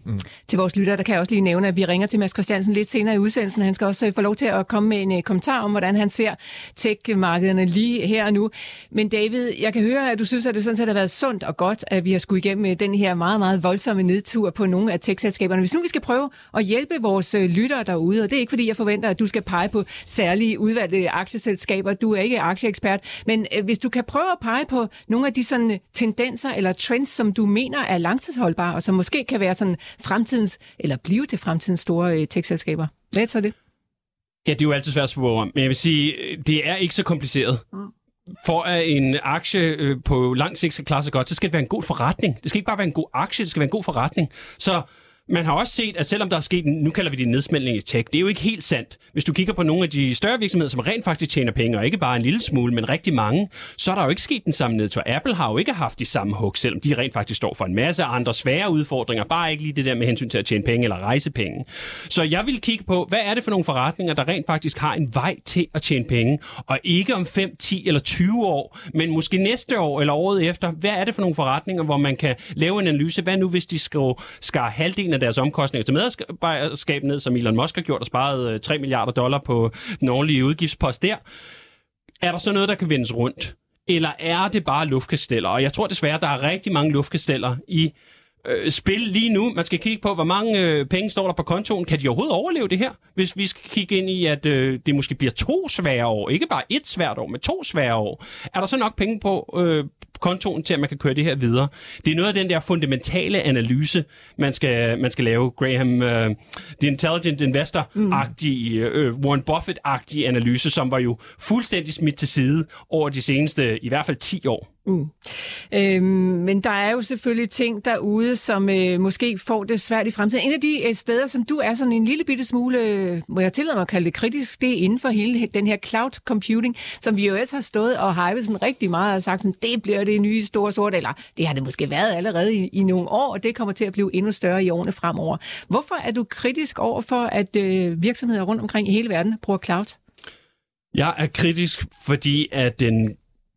C: Mm. Til vores lyttere, der kan jeg også lige nævne, at vi ringer til Mads Christiansen lidt senere i udsendelsen. Han skal også få lov til at komme med en uh, kommentar om, hvordan han ser tech-markederne lige her og nu. Men David, jeg kan høre, at du synes, at det sådan set har været sundt og godt, at vi har skulle igennem den her meget, meget voldsomme nedtur på nogle af tech-selskaberne. Hvis nu vi skal prøve at hjælpe vores lyttere derude, og det er ikke fordi, jeg forventer, at du skal pege på særlige udvalgte aktieselskaber. Du er ikke aktieekspert, men uh, hvis du kan prøve at pege på nogle af de sådan tendenser eller trends, som du mener er langtidsholdbare, og som måske kan være sådan fremtidens, eller blive til fremtidens store tech-selskaber. Hvad er så det?
D: Ja, det er jo altid svært at spore om, men jeg vil sige, det er ikke så kompliceret. Mm. For at en aktie på lang sigt skal klare sig godt, så skal det være en god forretning. Det skal ikke bare være en god aktie, det skal være en god forretning. Så man har også set, at selvom der er sket, nu kalder vi det en nedsmeltning i tech, det er jo ikke helt sandt. Hvis du kigger på nogle af de større virksomheder, som rent faktisk tjener penge, og ikke bare en lille smule, men rigtig mange, så er der jo ikke sket den samme nedtur. Apple har jo ikke haft de samme hug, selvom de rent faktisk står for en masse andre svære udfordringer, bare ikke lige det der med hensyn til at tjene penge eller rejse penge. Så jeg vil kigge på, hvad er det for nogle forretninger, der rent faktisk har en vej til at tjene penge, og ikke om fem, ti eller tyve år, men måske næste år eller året efter. Hvad er det for nogle forretninger, hvor man kan lave en analyse? Hvad nu, hvis de skal skære halvdelen af deres omkostninger til medejerskab ned, som Elon Musk har gjort og sparet tre milliarder dollar på den årlige udgiftspost der? Er der så noget, der kan vendes rundt? Eller er det bare luftkasteller? Og jeg tror desværre, der er rigtig mange luftkasteller i øh, spil lige nu. Man skal kigge på, hvor mange øh, penge står der på kontoen. Kan de overhovedet overleve det her? Hvis vi skal kigge ind i, at øh, det måske bliver to svære år. Ikke bare et svært år, men to svære år. Er der så nok penge på øh, kontoen til, at man kan køre det her videre? Det er noget af den der fundamentale analyse, man skal, man skal lave. Graham, uh, The Intelligent Investor-agtige, uh, Warren Buffett-agtige analyse, som var jo fuldstændig smidt til side over de seneste, i hvert fald ti år.
C: Mm. Øhm, men der er jo selvfølgelig ting derude, som øh, måske får det svært i fremtiden. En af de øh, steder, som du er sådan en lille bitte smule, øh, må jeg tillade mig at kalde det kritisk, det er inden for hele den her cloud computing, som vi jo også har stået og hypet sådan rigtig meget og sagt, sådan, det bliver det nye store sorte, eller det har det måske været allerede i, i nogle år, og det kommer til at blive endnu større i årene fremover. Hvorfor er du kritisk over for, at øh, virksomheder rundt omkring i hele verden bruger cloud?
D: Jeg er kritisk, fordi at den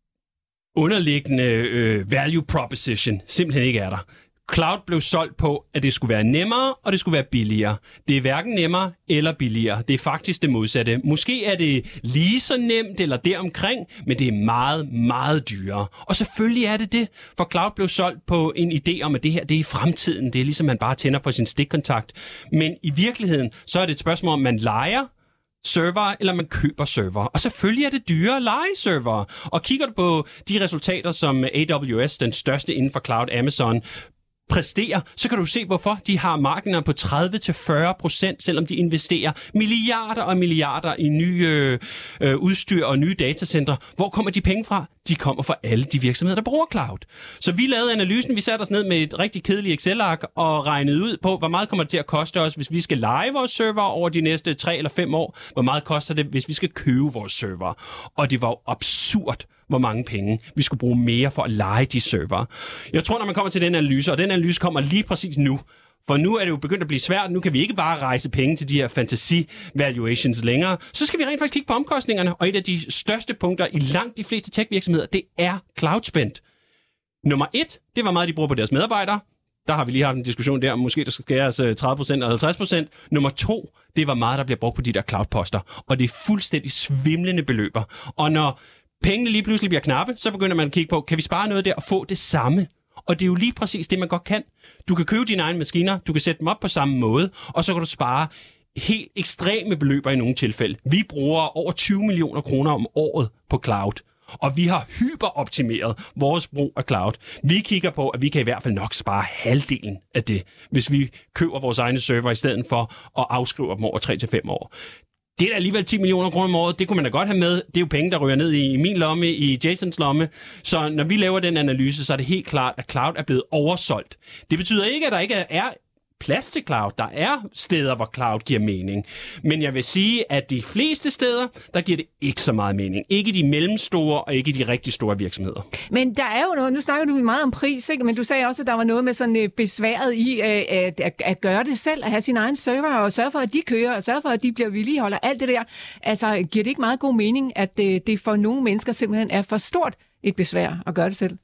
D: underliggende øh, value proposition simpelthen ikke er der. Cloud blev solgt på, at det skulle være nemmere, og det skulle være billigere. Det er hverken nemmere eller billigere. Det er faktisk det modsatte. Måske er det lige så nemt eller deromkring, men det er meget, meget dyrere. Og selvfølgelig er det det, for cloud blev solgt på en idé om, at det her det er i fremtiden. Det er ligesom, man bare tænder for sin stikkontakt. Men i virkeligheden, så er det et spørgsmål, om man lejer server, eller man køber server. Og selvfølgelig er det dyre at leje server. Og kigger du på de resultater, som A W S, den største inden for cloud, Amazon, præsterer, så kan du se, hvorfor de har marginer på tredive til fyrre procent, selvom de investerer milliarder og milliarder i nye øh, udstyr og nye datacenter. Hvor kommer de penge fra? De kommer fra alle de virksomheder, der bruger cloud. Så vi lavede analysen, vi satte os ned med et rigtig kedeligt Excel-ark og regnede ud på, hvor meget kommer det til at koste os, hvis vi skal leje vores server over de næste tre eller fem år. Hvor meget koster det, hvis vi skal købe vores server? Og det var jo absurd, hvor mange penge vi skulle bruge mere for at leje de server. Jeg tror, når man kommer til den analyse, og den analyse kommer lige præcis nu, for nu er det jo begyndt at blive svært. Nu kan vi ikke bare rejse penge til de her fantasy-valuations længere. Så skal vi rent faktisk kigge på omkostningerne. Og et af de største punkter i langt de fleste tech-virksomheder, det er cloud-spend. Nummer et, det var meget, de bruger på deres medarbejdere. Der har vi lige haft en diskussion der, om måske der skal skæres tredive procent eller halvtreds procent. Nummer to, det var meget, der bliver brugt på de der cloud-poster. Og det er fuldstændig svimlende beløber. Og når pengene lige pludselig bliver knappe, så begynder man at kigge på, kan vi spare noget der og få det samme? Og det er jo lige præcis det, man godt kan. Du kan købe dine egne maskiner, du kan sætte dem op på samme måde, og så kan du spare helt ekstreme beløber i nogle tilfælde. Vi bruger over tyve millioner kroner om året på cloud, og vi har hyperoptimeret vores brug af cloud. Vi kigger på, at vi kan i hvert fald nok spare halvdelen af det, hvis vi køber vores egne server i stedet for at afskrive dem over tre til fem år. Det er da alligevel ti millioner kroner om året. Det kunne man da godt have med. Det er jo penge, der ryger ned i min lomme, i Jasons lomme. Så når vi laver den analyse, så er det helt klart, at cloud er blevet oversolgt. Det betyder ikke, at der ikke er plads til cloud. Der er steder, hvor cloud giver mening. Men jeg vil sige, at de fleste steder, der giver det ikke så meget mening. Ikke de mellemstore og ikke de rigtig store virksomheder. Men der er jo noget, nu snakker du meget om pris, ikke? Men du sagde også, at der var noget med sådan besværet i at, at, at gøre det selv, at have sin egen server og sørge for, at de kører, og sørge for, at de bliver vedligeholdt og alt det der. Altså, giver det ikke meget god mening, at det, det for nogle mennesker simpelthen er for stort et besvær at gøre det selv?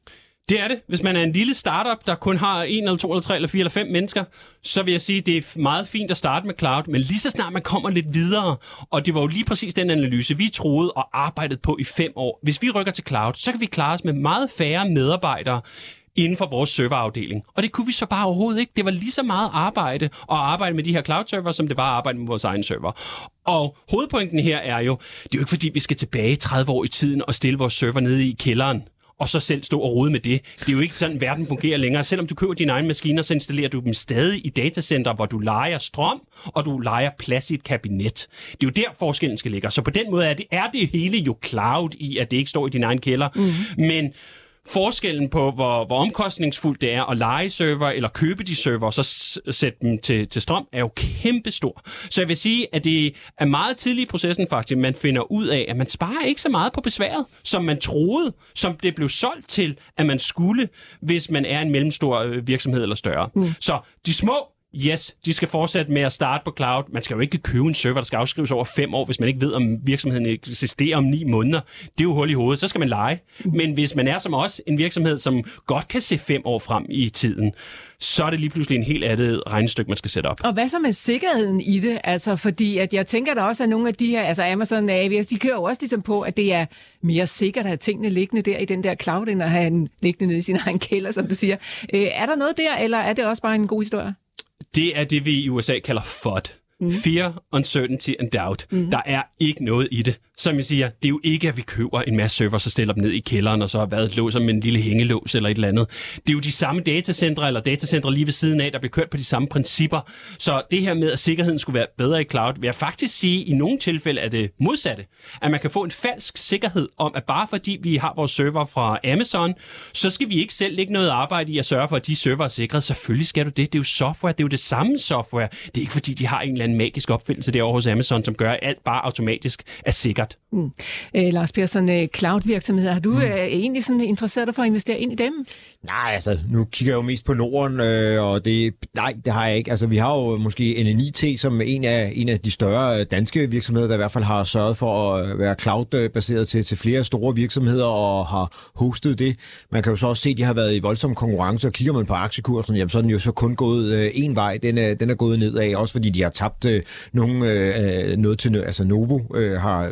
D: Det er det. Hvis man er en lille startup, der kun har en eller to eller tre eller fire eller fem mennesker, så vil jeg sige, at det er meget fint at starte med cloud, men lige så snart man kommer lidt videre, og det var jo lige præcis den analyse, vi troede og arbejdede på i fem år. Hvis vi rykker til cloud, så kan vi klare os med meget færre medarbejdere inden for vores serverafdeling. Og det kunne vi så bare overhovedet ikke. Det var lige så meget arbejde at arbejde med de her cloud-server, som det var at arbejde med vores egen server. Og hovedpointen her er jo, det er jo ikke fordi, vi skal tilbage tredive år i tiden og stille vores server nede i kælderen, og så selv stå og rode med det. Det er jo ikke sådan, verden fungerer længere. Selvom du køber dine egne maskiner, så installerer du dem stadig i datacenter, hvor du lejer strøm, og du lejer plads i et kabinet. Det er jo der, forskellen skal ligge. Så på den måde er det, er det hele jo cloud i, at det ikke står i din egen kælder. Mm-hmm. Men forskellen på, hvor, hvor omkostningsfuldt det er at leje server eller købe de server og så s- sætte dem til, til strøm, er jo kæmpestor. Så jeg vil sige, at det er meget tidligt i processen faktisk, man finder ud af, at man sparer ikke så meget på besværet, som man troede, som det blev solgt til, at man skulle, hvis man er en mellemstor virksomhed eller større. Mm. Så de små, yes, de skal fortsætte med at starte på cloud. Man skal jo ikke købe en server, der skal afskrives over fem år, hvis man ikke ved, om virksomheden eksisterer om ni måneder. Det er jo hul i hovedet. Så skal man lege. Men hvis man er som os, en virksomhed, som godt kan se fem år frem i tiden, så er det lige pludselig en helt andet regnestykke, man skal sætte op.
C: Og hvad så med sikkerheden i det? Altså, fordi at jeg tænker der også, at nogle af de her, altså Amazon og A W S, de kører jo også ligesom på, at det er mere sikkert at have tingene liggende der i den der cloud, end at have den liggende nede i sin egen kælder, som du siger. Øh, er der noget der, eller er det også bare en god historie?
D: Det er det, vi i U S A kalder F U D. Mm. Fear, uncertainty and doubt. Mm. Der er ikke noget i det. Som jeg siger, det er jo ikke, at vi køber en masse server, så stiller dem ned i kælderen, og så har været låser med en lille hængelås eller et eller andet. Det er jo de samme datacentre, eller datacentre lige ved siden af, der bliver kørt på de samme principper. Så det her med, at sikkerheden skulle være bedre i cloud, vil jeg faktisk sige, i nogle tilfælde er det modsatte. At man kan få en falsk sikkerhed om, at bare fordi vi har vores server fra Amazon, så skal vi ikke selv lægge noget arbejde i at sørge for, at de server er sikret. Selvfølgelig skal du det. Det er jo software. Det er jo det samme software. Det er ikke fordi, de har en eller anden magisk opfindelse derovre hos Amazon, som gør, at alt bare automatisk er sikkert.
C: Mm. Æ, Lars Persson, cloud-virksomheder, har du mm. øh, egentlig sådan interesseret dig for at investere ind i dem?
E: Nej, altså, nu kigger jeg jo mest på Norden, øh, og det, nej, det har jeg ikke. Altså, vi har jo måske N N I T som en af, en af de større danske virksomheder, der i hvert fald har sørget for at være cloud-baseret til, til flere store virksomheder og har hostet det. Man kan jo så også se, at de har været i voldsom konkurrence, og kigger man på aktiekursen, jamen, så er den jo så kun gået øh, en vej. Den er, den er gået nedad, også fordi de har tabt øh, nogen, øh, noget til, altså Novo øh, har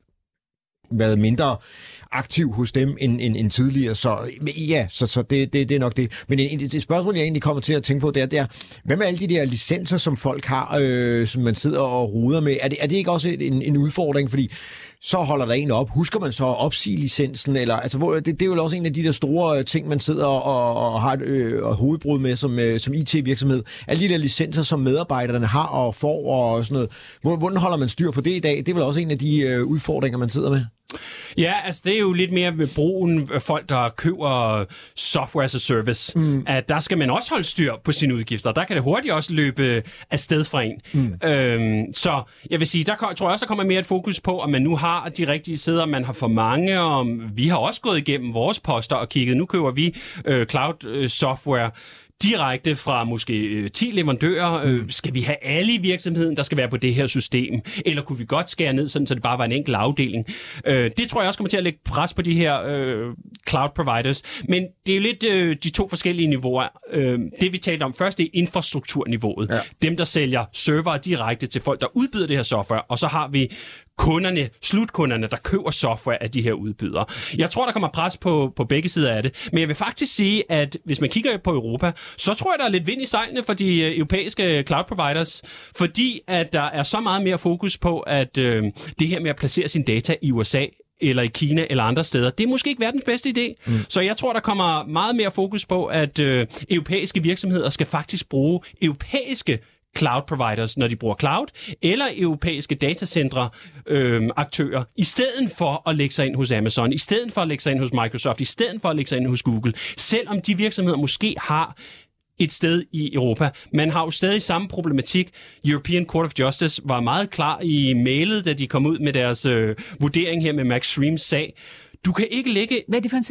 E: været mindre aktiv hos dem end, end, end tidligere, så ja, så, så det, det, det er nok det. Men det, det spørgsmål, jeg egentlig kommer til at tænke på, det er, det er hvad med alle de der licenser, som folk har, øh, som man sidder og ruder med? Er det, er det ikke også en, en udfordring? Fordi så holder der en op. Husker man så at opsige licensen? Eller, altså, hvor, det, det er jo også en af de der store ting, man sidder og, og har et øh, hovedbrud med som, øh, som I T-virksomhed. Alle de der licenser, som medarbejderne har og får og sådan noget. Hvordan holder man styr på det i dag? Det er vel også en af de øh, udfordringer, man sidder med?
D: Ja, altså det er jo lidt mere med brugen af folk, der køber software as a service. Mm. At der skal man også holde styr på sine udgifter. Der kan det hurtigt også løbe afsted fra en. Mm. Øhm, så jeg vil sige, der tror jeg også, der kommer mere et fokus på, at man nu har de rigtige steder, man har for mange, og vi har også gået igennem vores poster og kigget. Nu køber vi øh, cloud øh, software direkte fra måske ti leverandører. Mm. Skal vi have alle i virksomheden, der skal være på det her system? Eller kunne vi godt skære ned, sådan, så det bare var en enkelt afdeling? Øh, det tror jeg også kommer til at lægge pres på de her øh, cloud providers. Men det er jo lidt øh, de to forskellige niveauer. Øh, det vi talte om først, det er infrastrukturniveauet. Ja. Dem, der sælger server direkte til folk, der udbyder det her software. Og så har vi kunderne, slutkunderne, der køber software af de her udbydere. Jeg tror, der kommer pres på, på begge sider af det. Men jeg vil faktisk sige, at hvis man kigger på Europa, så tror jeg, der er lidt vind i sejlene for de europæiske cloud providers, fordi at der er så meget mere fokus på, at øh, det her med at placere sin data i U S A eller i Kina eller andre steder, det er måske ikke verdens bedste idé. Mm. Så jeg tror, der kommer meget mere fokus på, at øh, europæiske virksomheder skal faktisk bruge europæiske cloud providers, når de bruger cloud, eller europæiske datacentre øh, aktører, i stedet for at lægge sig ind hos Amazon, i stedet for at lægge sig ind hos Microsoft, i stedet for at lægge sig ind hos Google, selvom de virksomheder måske har et sted i Europa. Man har jo stadig samme problematik. European Court of Justice var meget klar i mailet, da de kom ud med deres øh, vurdering her med Max Schrems sag. Du kan ikke lægge...
C: Hvad er det for en sag?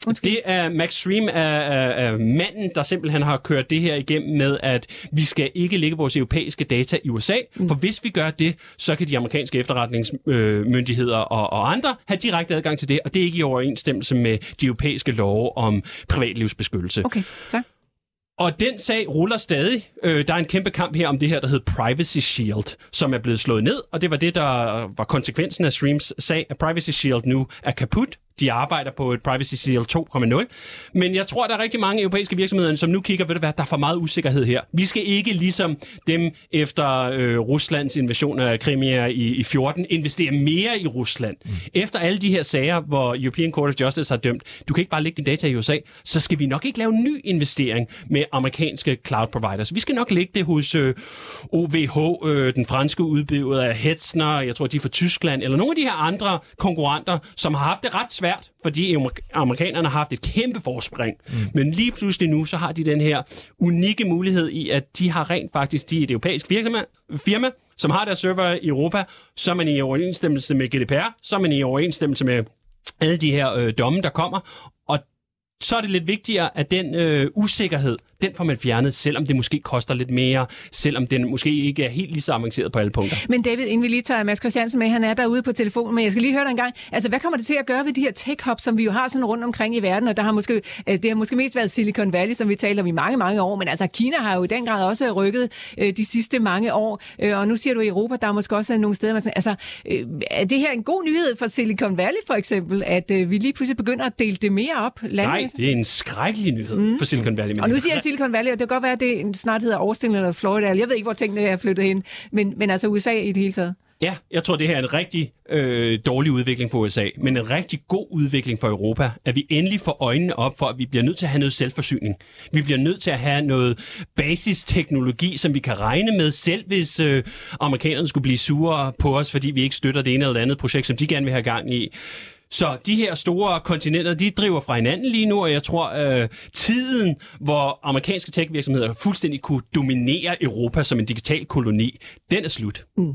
C: Undskyld.
D: Det er Max Stream, er, er, er manden, der simpelthen har kørt det her igennem med, at vi skal ikke lægge vores europæiske data i U S A, mm. for hvis vi gør det, så kan de amerikanske efterretningsmyndigheder og, og andre have direkte adgang til det, og det er ikke i overensstemmelse med de europæiske love om privatlivsbeskyttelse.
C: Okay, tak.
D: Og den sag ruller stadig. Øh, der er en kæmpe kamp her om det her, der hedder Privacy Shield, som er blevet slået ned, og det var det, der var konsekvensen af Streams sag, at Privacy Shield nu er kaput. De arbejder på et Privacy Shield to punkt nul. Men jeg tror, der er rigtig mange europæiske virksomheder, som nu kigger, ved du hvad, der er for meget usikkerhed her. Vi skal ikke ligesom dem efter øh, Ruslands invasion af Crimea i, i fjorten investere mere i Rusland. Mm. Efter alle de her sager, hvor European Court of Justice har dømt, du kan ikke bare lægge din data i U S A, så skal vi nok ikke lave en ny investering med amerikanske cloud providers. Vi skal nok lægge det hos øh, O V H, øh, den franske udbyder af Hetzner, jeg tror, de er fra Tyskland, eller nogle af de her andre konkurrenter, som har haft det ret svært, fordi amerikanerne har haft et kæmpe forspring. Mm. Men lige pludselig nu, så har de den her unikke mulighed i, at de har rent faktisk, de er et europæisk firma, som har deres server i Europa, så er man i overensstemmelse med G D P R, så er man i overensstemmelse med alle de her øh, domme, der kommer, og så er det lidt vigtigere, at den øh, usikkerhed, den får man fjernet, selvom det måske koster lidt mere, selvom den måske ikke er helt lige så avanceret på alle punkter.
C: Men David, inden vi lige tager Mads Christiansen med, han er derude på telefonen, men jeg skal lige høre dig en gang. Altså, hvad kommer det til at gøre ved de her tech-hubs, som vi jo har sådan rundt omkring i verden, og der har måske, det har måske mest været Silicon Valley, som vi taler om i mange, mange år, men altså Kina har jo i den grad også rykket øh, de sidste mange år, øh, og nu siger du i Europa, der er måske også nogle steder, man siger, altså, øh, er det her en god nyhed for Silicon Valley for eksempel, at øh, vi lige pludselig begynder at dele det mere op? Landet?
D: Nej, det er en skrækkelig nyhed mm. for Silicon Valley.
C: Og nu siger jeg Silicon Valley, og det kan godt være, at det snart hedder Austin eller Florida, jeg ved ikke, hvor tingene er flyttet hen, men, men altså U S A i det hele taget.
D: Ja, jeg tror, det her er en rigtig øh, dårlig udvikling for U S A, men en rigtig god udvikling for Europa, at vi endelig får øjnene op for, at vi bliver nødt til at have noget selvforsyning. Vi bliver nødt til at have noget basisteknologi, som vi kan regne med, selv hvis øh, amerikanerne skulle blive sure på os, fordi vi ikke støtter det ene eller andet projekt, som de gerne vil have gang i. Så de her store kontinenter, de driver fra hinanden lige nu, og jeg tror, øh, tiden, hvor amerikanske tech-virksomheder fuldstændig kunne dominere Europa som en digital koloni, den er slut. Mm.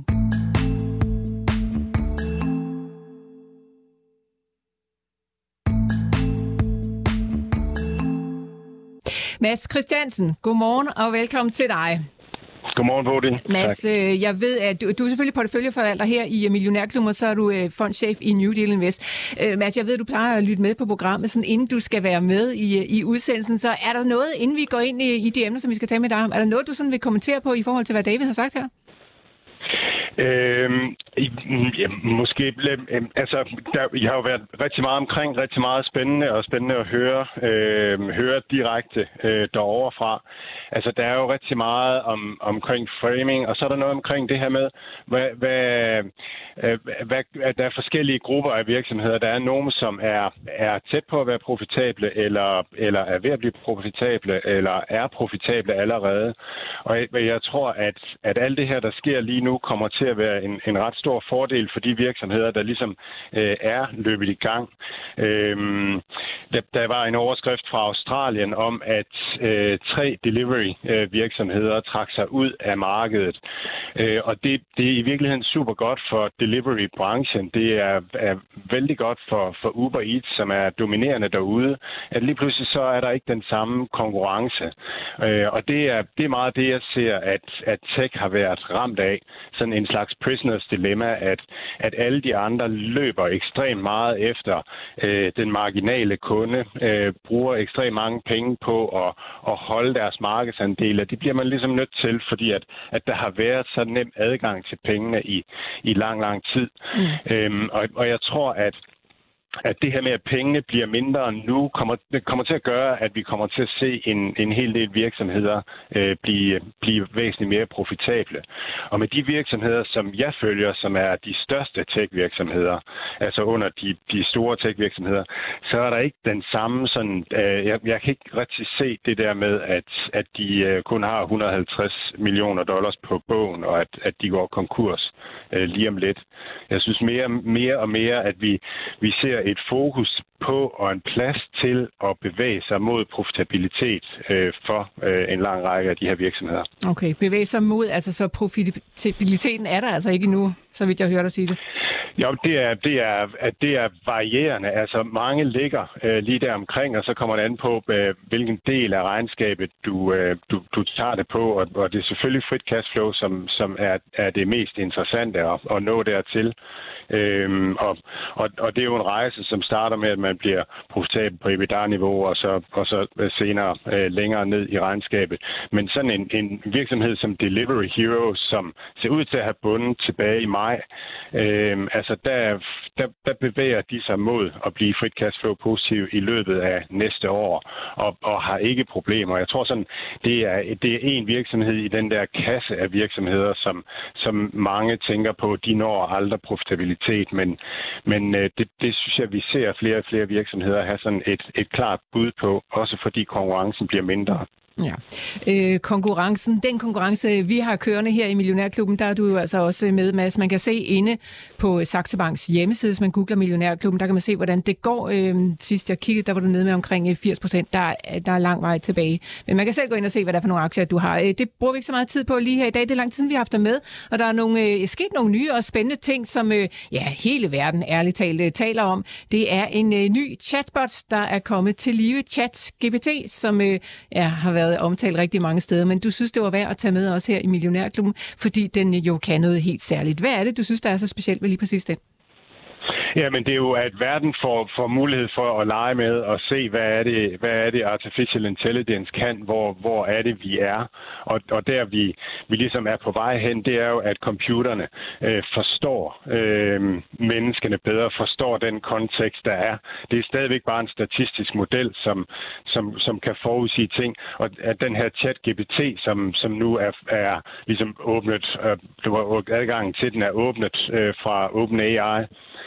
C: Mads Christiansen, godmorgen og velkommen til dig.
F: Godmorgen, Bodil.
C: Mads, øh, jeg ved, at du, du er selvfølgelig porteføljeforvalter her i Millionærklubben, og så er du øh, fondchef i New Deal Invest. Øh, Mads, jeg ved, at du plejer at lytte med på programmet, sådan inden du skal være med i, i udsendelsen. Så er der noget, inden vi går ind i, i de emner, som vi skal tage med dig om, er der noget, du sådan vil kommentere på i forhold til, hvad David har sagt her?
F: Øhm, ja, måske, øh, altså, der, jeg har jo været rigtig meget omkring, rigtig meget spændende og spændende at høre, øh, høre direkte øh, derovre fra. Altså, der er jo rigtig meget om, omkring framing, og så er der noget omkring det her med, hvad, hvad, øh, hvad, at der er forskellige grupper af virksomheder. Der er nogen, som er, er tæt på at være profitable, eller, eller er ved at blive profitable, eller er profitable allerede. Og jeg, jeg tror, at, at alt det her, der sker lige nu, kommer til at være en, en ret stor fordel for de virksomheder, der ligesom øh, er løbet i gang. Øhm, der, der var en overskrift fra Australien om, at øh, tre delivery-virksomheder øh, trak sig ud af markedet. Øh, og det, det er i virkeligheden super godt for delivery-branchen. Det er, er vældig godt for, for Uber Eats, som er dominerende derude. At lige pludselig så er der ikke den samme konkurrence. Øh, og det er, det er meget det, jeg ser, at, at tech har været ramt af. Sådan en slags prisoners dilemma, at, at alle de andre løber ekstremt meget efter øh, den marginale kunde, øh, bruger ekstremt mange penge på at, at holde deres markedsandele. Det bliver man ligesom nødt til, fordi at, at der har været så nem adgang til pengene i, i lang, lang tid. Mm. Øhm, og, og jeg tror, at at det her med, at pengene bliver mindre nu, kommer, det kommer til at gøre, at vi kommer til at se en, en hel del virksomheder øh, blive, blive væsentligt mere profitable. Og med de virksomheder, som jeg følger, som er de største tech-virksomheder, altså under de, de store tech-virksomheder, så er der ikke den samme sådan, øh, jeg, jeg kan ikke rigtig se det der med, at, at de øh, kun har et hundrede og halvtreds millioner dollars på bogen, og at, at de går konkurs øh, lige om lidt. Jeg synes mere, mere og mere, at vi, vi ser et fokus på og en plads til at bevæge sig mod profitabilitet øh, for øh, en lang række af de her virksomheder. Okay,
C: bevæge sig mod, altså så profitabiliteten er der altså ikke endnu, så vidt jeg hører dig sige det.
F: Jo, det er, det er, at det er varierende. Altså mange ligger øh, lige der omkring, og så kommer det an på, øh, hvilken del af regnskabet du, øh, du, du tager det på. Og, og det er selvfølgelig frit cashflow, som, som er, er det mest interessante at, at nå dertil. Øhm, og, og, og det er jo en rejse, som starter med, at man bliver profitabel på EBITDA-niveau, og så, og så senere øh, længere ned i regnskabet. Men sådan en, en virksomhed som Delivery Hero, som ser ud til at have bundet tilbage i maj, øh, altså der, der, der bevæger de sig mod at blive frit cashflow positiv i løbet af næste år, og, og har ikke problemer. Jeg tror sådan, det er, det er en virksomhed i den der kasse af virksomheder, som, som mange tænker på, de når aldrig profitabilitet, men, men det, det synes jeg, vi ser flere og flere virksomheder have sådan et, et klart bud på, også fordi konkurrencen bliver mindre.
C: Ja. Øh, konkurrencen, den konkurrence, vi har kørende her i Millionærklubben, der er du jo altså også med, Mads. Man kan se inde på Saxo Banks hjemmeside, hvis man googler Millionærklubben, der kan man se, hvordan det går. Øh, sidst jeg kiggede, der var du nede med omkring firs procent. Der, der er lang vej tilbage. Men man kan selv gå ind og se, hvad der er for nogle aktier, du har. Øh, det bruger vi ikke så meget tid på lige her i dag. Det er lang tid siden, vi har haft dig med. Og der er nogle, øh, sket nogle nye og spændende ting, som øh, ja, hele verden ærligt talt øh, taler om. Det er en øh, ny chatbot, der er kommet til live, ChatGPT, som øh, ja, har været omtalt rigtig mange steder, men du synes, det var værd at tage med også her i Millionærklubben, fordi den jo kan noget helt særligt. Hvad er det, du synes, der er så specielt ved lige præcis den?
F: Ja, men det er jo, at verden får, får mulighed for at lege med og se, hvad er det, hvad er det artificial intelligence kan, hvor, hvor er det, vi er. Og, og der, vi, vi ligesom er på vej hen, det er jo, at computerne øh, forstår øh, menneskene bedre, forstår den kontekst, der er. Det er stadigvæk bare en statistisk model, som, som, som kan forudsige ting. Og at den her ChatGPT, som, som nu er, er ligesom åbnet, øh, adgangen til den er åbnet øh, fra OpenAI,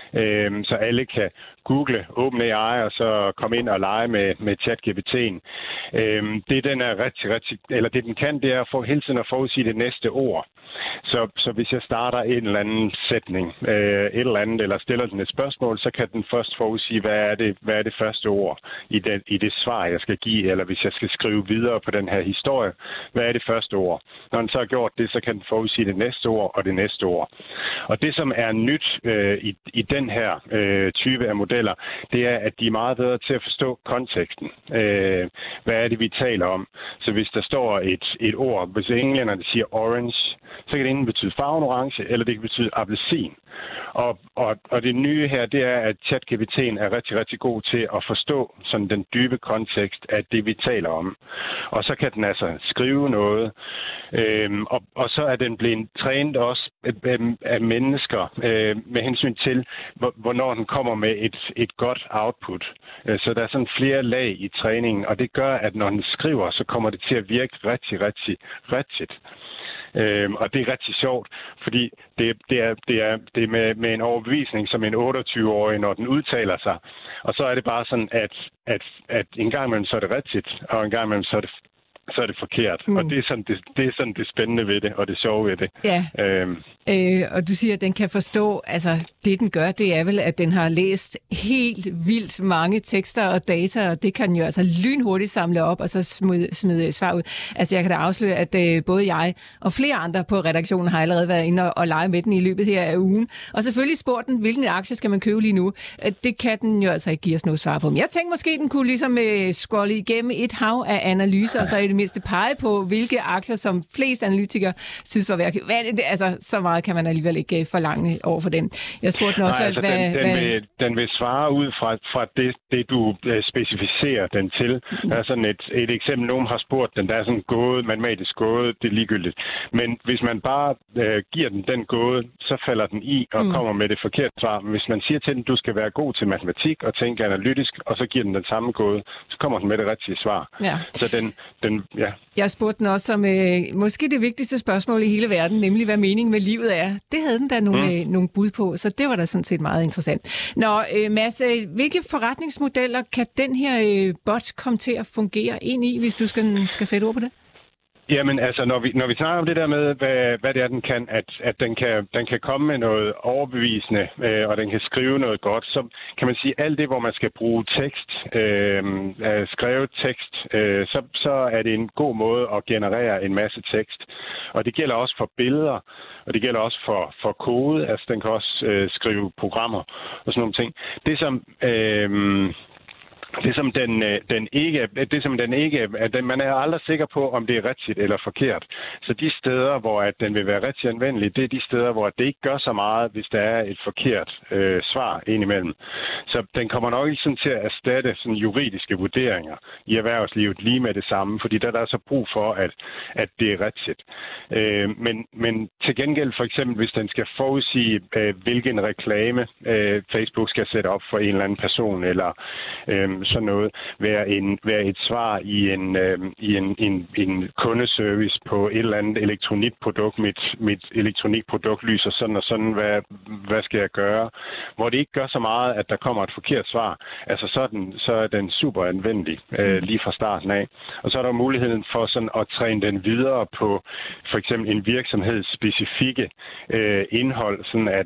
F: øh, så alle kan google OpenAI og så komme ind og lege med, med ChatGPT'en. Øhm, det den er rigtig, rigtig, eller det den kan, det er at få hele tiden at forudsige det næste ord. Så, så hvis jeg starter en eller anden sætning, øh, et eller andet, eller stiller den et spørgsmål, så kan den først forudsige, hvad er det, hvad er det første ord i det, i det svar, jeg skal give, eller hvis jeg skal skrive videre på den her historie, hvad er det første ord? Når den så har gjort det, så kan den forudsige det næste ord og det næste ord. Og det, som er nyt øh, i, i den her øh, type af modeller, det er, at de er meget bedre til at forstå konteksten. Øh, hvad er det, vi taler om? Så hvis der står et, et ord, hvis englænderne siger orange, så kan det enten betyde farven orange, eller det kan betyde appelsin. Og, og, og det nye her, det er, at ChatGPT'en er rigtig, rigtig god til at forstå sådan den dybe kontekst af det, vi taler om. Og så kan den altså skrive noget, øhm, og, og så er den blevet trænet også af, af mennesker øh, med hensyn til, hvornår den kommer med et, et godt output. Så der er sådan flere lag i træningen, og det gør, at når den skriver, så kommer det til at virke rigtig, rigtig, rigtigt. Øhm, og det er rigtig sjovt, fordi det, det er, det er, det er med, med en overbevisning som en otteogtyve-årig, når den udtaler sig. Og så er det bare sådan, at, at, at en gang imellem så er det rigtigt, og en gang imellem så er det, så er det forkert. Mm. Og det er, sådan, det, det er sådan det spændende ved det, og det sjove ved det.
C: Ja.
F: Øhm.
C: Øh, og du siger, at den kan forstå, altså det den gør, det er vel, at den har læst helt vildt mange tekster og data, og det kan den jo altså lynhurtigt samle op og så smide, smide svar ud. Altså jeg kan da afsløre, at øh, både jeg og flere andre på redaktionen har allerede været inde og, og lege med den i løbet her af ugen. Og selvfølgelig spurgte den, hvilken aktie skal man købe lige nu? Det kan den jo altså ikke give os noget svar på. Men jeg tænkte måske, den kunne ligesom øh, scrolle igennem et hav af analyser, og så i det mindste pege på, hvilke aktier, som flest analytikere synes var værd. Hvad er det? Altså, så meget kan man alligevel ikke forlange over for dem. Jeg spurgte den også,
F: Nej, altså, hvad, den, den, hvad... Vil, den vil svare ud fra, fra det, det, du specificerer den til. Mm. Der er sådan et, et eksempel, nogen har spurgt den, der er sådan gåde, matematisk gåde, det er ligegyldigt. Men hvis man bare øh, giver den den gåde, så falder den i og mm. kommer med det forkerte svar. Men hvis man siger til den, du skal være god til matematik og tænke analytisk, og så giver den den samme gåde, så kommer den med det rigtige svar. Ja. Så den, den, ja.
C: Jeg spurgte den også om øh, måske det vigtigste spørgsmål i hele verden, nemlig hvad meningen med livet er. Det havde den da nogle, mm. øh, nogle bud på, så det var da sådan set meget interessant. Nå, øh, Mads, øh, hvilke forretningsmodeller kan den her øh, bot komme til at fungere ind i, hvis du skal, skal sætte ord på det?
F: Jamen altså, når vi, når vi snakker om det der med, hvad, hvad det er, den kan, at, at den, kan, den kan komme med noget overbevisende, øh, og den kan skrive noget godt, så kan man sige, alt det, hvor man skal bruge tekst, øh, skrevet tekst, øh, så, så er det en god måde at generere en masse tekst. Og det gælder også for billeder, og det gælder også for, for kode, altså den kan også øh, skrive programmer og sådan nogle ting. Det som... Øh, Det som den, den ikke, det som den ikke, at man er aldrig sikker på, om det er rigtigt eller forkert. Så de steder, hvor at den vil være rigtig anvendelig, det er de steder, hvor det ikke gør så meget, hvis der er et forkert øh, svar indimellem. Så den kommer nok ikke sådan til at erstatte sådan juridiske vurderinger i erhvervslivet lige med det samme, fordi der er der så brug for, at, at det er rigtigt. Øh, men, men til gengæld for eksempel, hvis den skal forudsige, øh, hvilken reklame øh, Facebook skal sætte op for en eller anden person, eller øh, sådan noget, være, en, være et svar i en, øh, i en, en, en kundeservice på et eller andet elektronikprodukt. Mit, mit elektronikprodukt lyser sådan og sådan, hvad, hvad skal jeg gøre? Hvor det ikke gør så meget, at der kommer et forkert svar. Altså sådan, så er den super anvendelig øh, lige fra starten af. Og så er der muligheden for sådan at træne den videre på for eksempel en virksomheds specifikke øh, indhold, sådan at,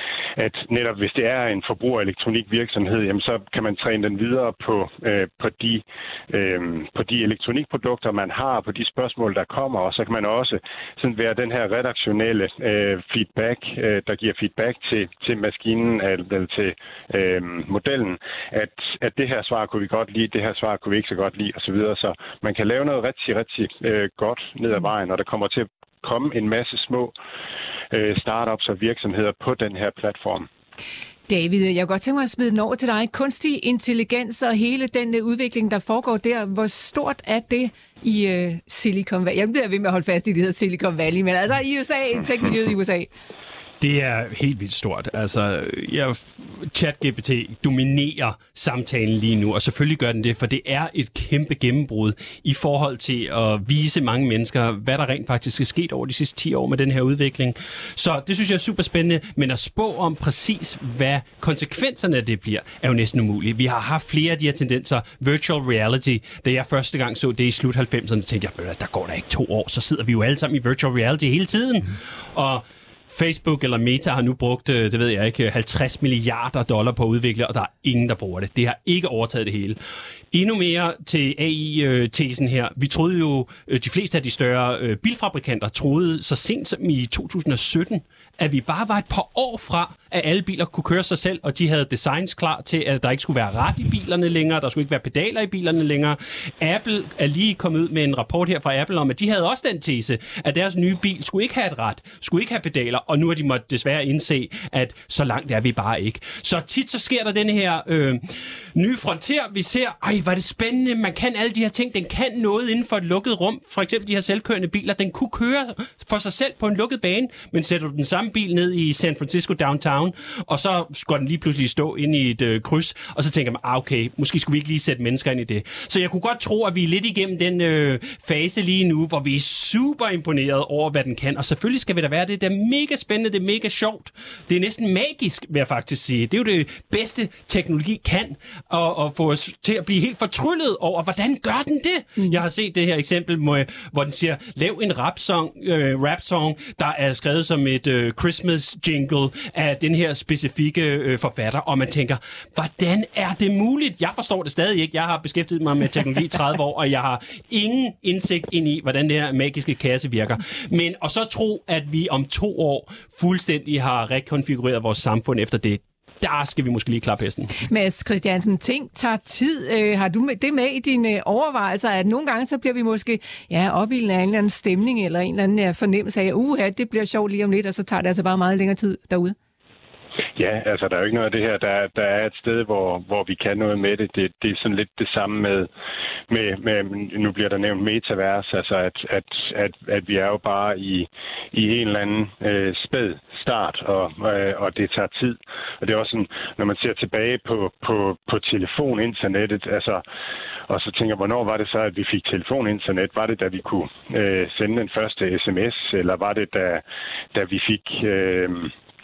F: at netop hvis det er en forbrugerelektronikvirksomhed, jamen så kan man træne den videre på, øh, på, de, øh, på de elektronikprodukter, man har, på de spørgsmål, der kommer, og så kan man også sådan være den her redaktionelle øh, feedback, øh, der giver feedback til, til maskinen, eller til øh, modellen, at, at det her svar kunne vi godt lide, det her svar kunne vi ikke så godt lide, osv. Så man kan lave noget rigtig, rigtig øh, godt ned ad vejen, og der kommer til at komme en masse små øh, startups og virksomheder på den her platform.
C: David, jeg kunne godt tænke mig at smide den over til dig. Kunstig intelligens og hele den uh, udvikling, der foregår der, hvor stort er det i uh, Silicon Valley? Jeg bliver ved med at holde fast i det hedder Silicon Valley, men altså i U S A, tech-miljøet i U S A.
D: Det er helt vildt stort. Altså, jeg, ChatGPT dominerer samtalen lige nu, og selvfølgelig gør den det, for det er et kæmpe gennembrud i forhold til at vise mange mennesker, hvad der rent faktisk er sket over de sidste ti år med den her udvikling. Så det synes jeg er super spændende, men at spå om præcis, hvad konsekvenserne af det bliver, er jo næsten umuligt. Vi har haft flere af de her tendenser. Virtual reality, da jeg første gang så det i slut halvfemserne, tænkte jeg, der går der ikke to år, så sidder vi jo alle sammen i virtual reality hele tiden. Og Facebook eller Meta har nu brugt, det ved jeg ikke, halvtreds milliarder dollar på at udvikle, og der er ingen, der bruger det. Det har ikke overtaget det hele. Endnu mere til A I-tesen her. Vi troede jo, de fleste af de større bilfabrikanter troede så sent som i to tusind og sytten, at vi bare var et par år fra, at alle biler kunne køre sig selv, og de havde designs klar til, at der ikke skulle være rat i bilerne længere, der skulle ikke være pedaler i bilerne længere. Apple er lige kommet ud med en rapport her fra Apple om, at de havde også den tese, at deres nye bil skulle ikke have et rat, skulle ikke have pedaler, og nu har de måttet desværre indse, at så langt er vi bare ikke. Så tit så sker der den her øh, nye frontier. Vi ser, ej, hvor er det spændende, man kan alle de her ting, den kan noget inden for et lukket rum, for eksempel de her selvkørende biler, den kunne køre for sig selv på en lukket bane, men sætter du den samme bil ned i San Francisco downtown, og så går den lige pludselig stå inde i et øh, kryds, og så tænker man, ah, okay, måske skulle vi ikke lige sætte mennesker ind i det. Så jeg kunne godt tro, at vi er lidt igennem den øh, fase lige nu, hvor vi er super imponeret over, hvad den kan, og selvfølgelig skal vi da være det, det er mega spændende, det er mega sjovt, det er næsten magisk, vil jeg faktisk sige. Det er jo det bedste teknologi kan, og, og få os til at blive helt fortryllet over, hvordan gør den det? Mm. Jeg har set det her eksempel, hvor den siger, lav en rap-song, øh, rap-song, der er skrevet som et øh, Christmas jingle af den her specifikke øh, forfatter, og man tænker, hvordan er det muligt? Jeg forstår det stadig ikke. Jeg har beskæftiget mig med teknologi i tredive år, og jeg har ingen indsigt ind i, hvordan den her magiske kasse virker. Men og så tro, at vi om to år fuldstændig har rekonfigureret vores samfund efter det, der skal vi måske lige klappe hesten. Mads
C: Christiansen, ting tager tid. Øh, har du det med i dine overvejelser, at nogle gange så bliver vi måske ja, opildnet af en eller anden stemning, eller en eller anden fornemmelse af, uha, det bliver sjovt lige om lidt, og så tager det altså bare meget længere tid derude?
F: Ja, altså der er jo ikke noget af det her. Der, der er et sted, hvor, hvor vi kan noget med det. det. Det er sådan lidt det samme med, med, med nu bliver der nævnt metavers, altså at, at, at, at vi er jo bare i, i en eller anden øh, spæd start, og, øh, og det tager tid. Og det er også sådan, når man ser tilbage på, på, på telefoninternettet, altså, og så tænker, hvornår var det så, at vi fik telefoninternet? Var det, da vi kunne øh, sende den første sms, eller var det, da, da vi fik... Øh,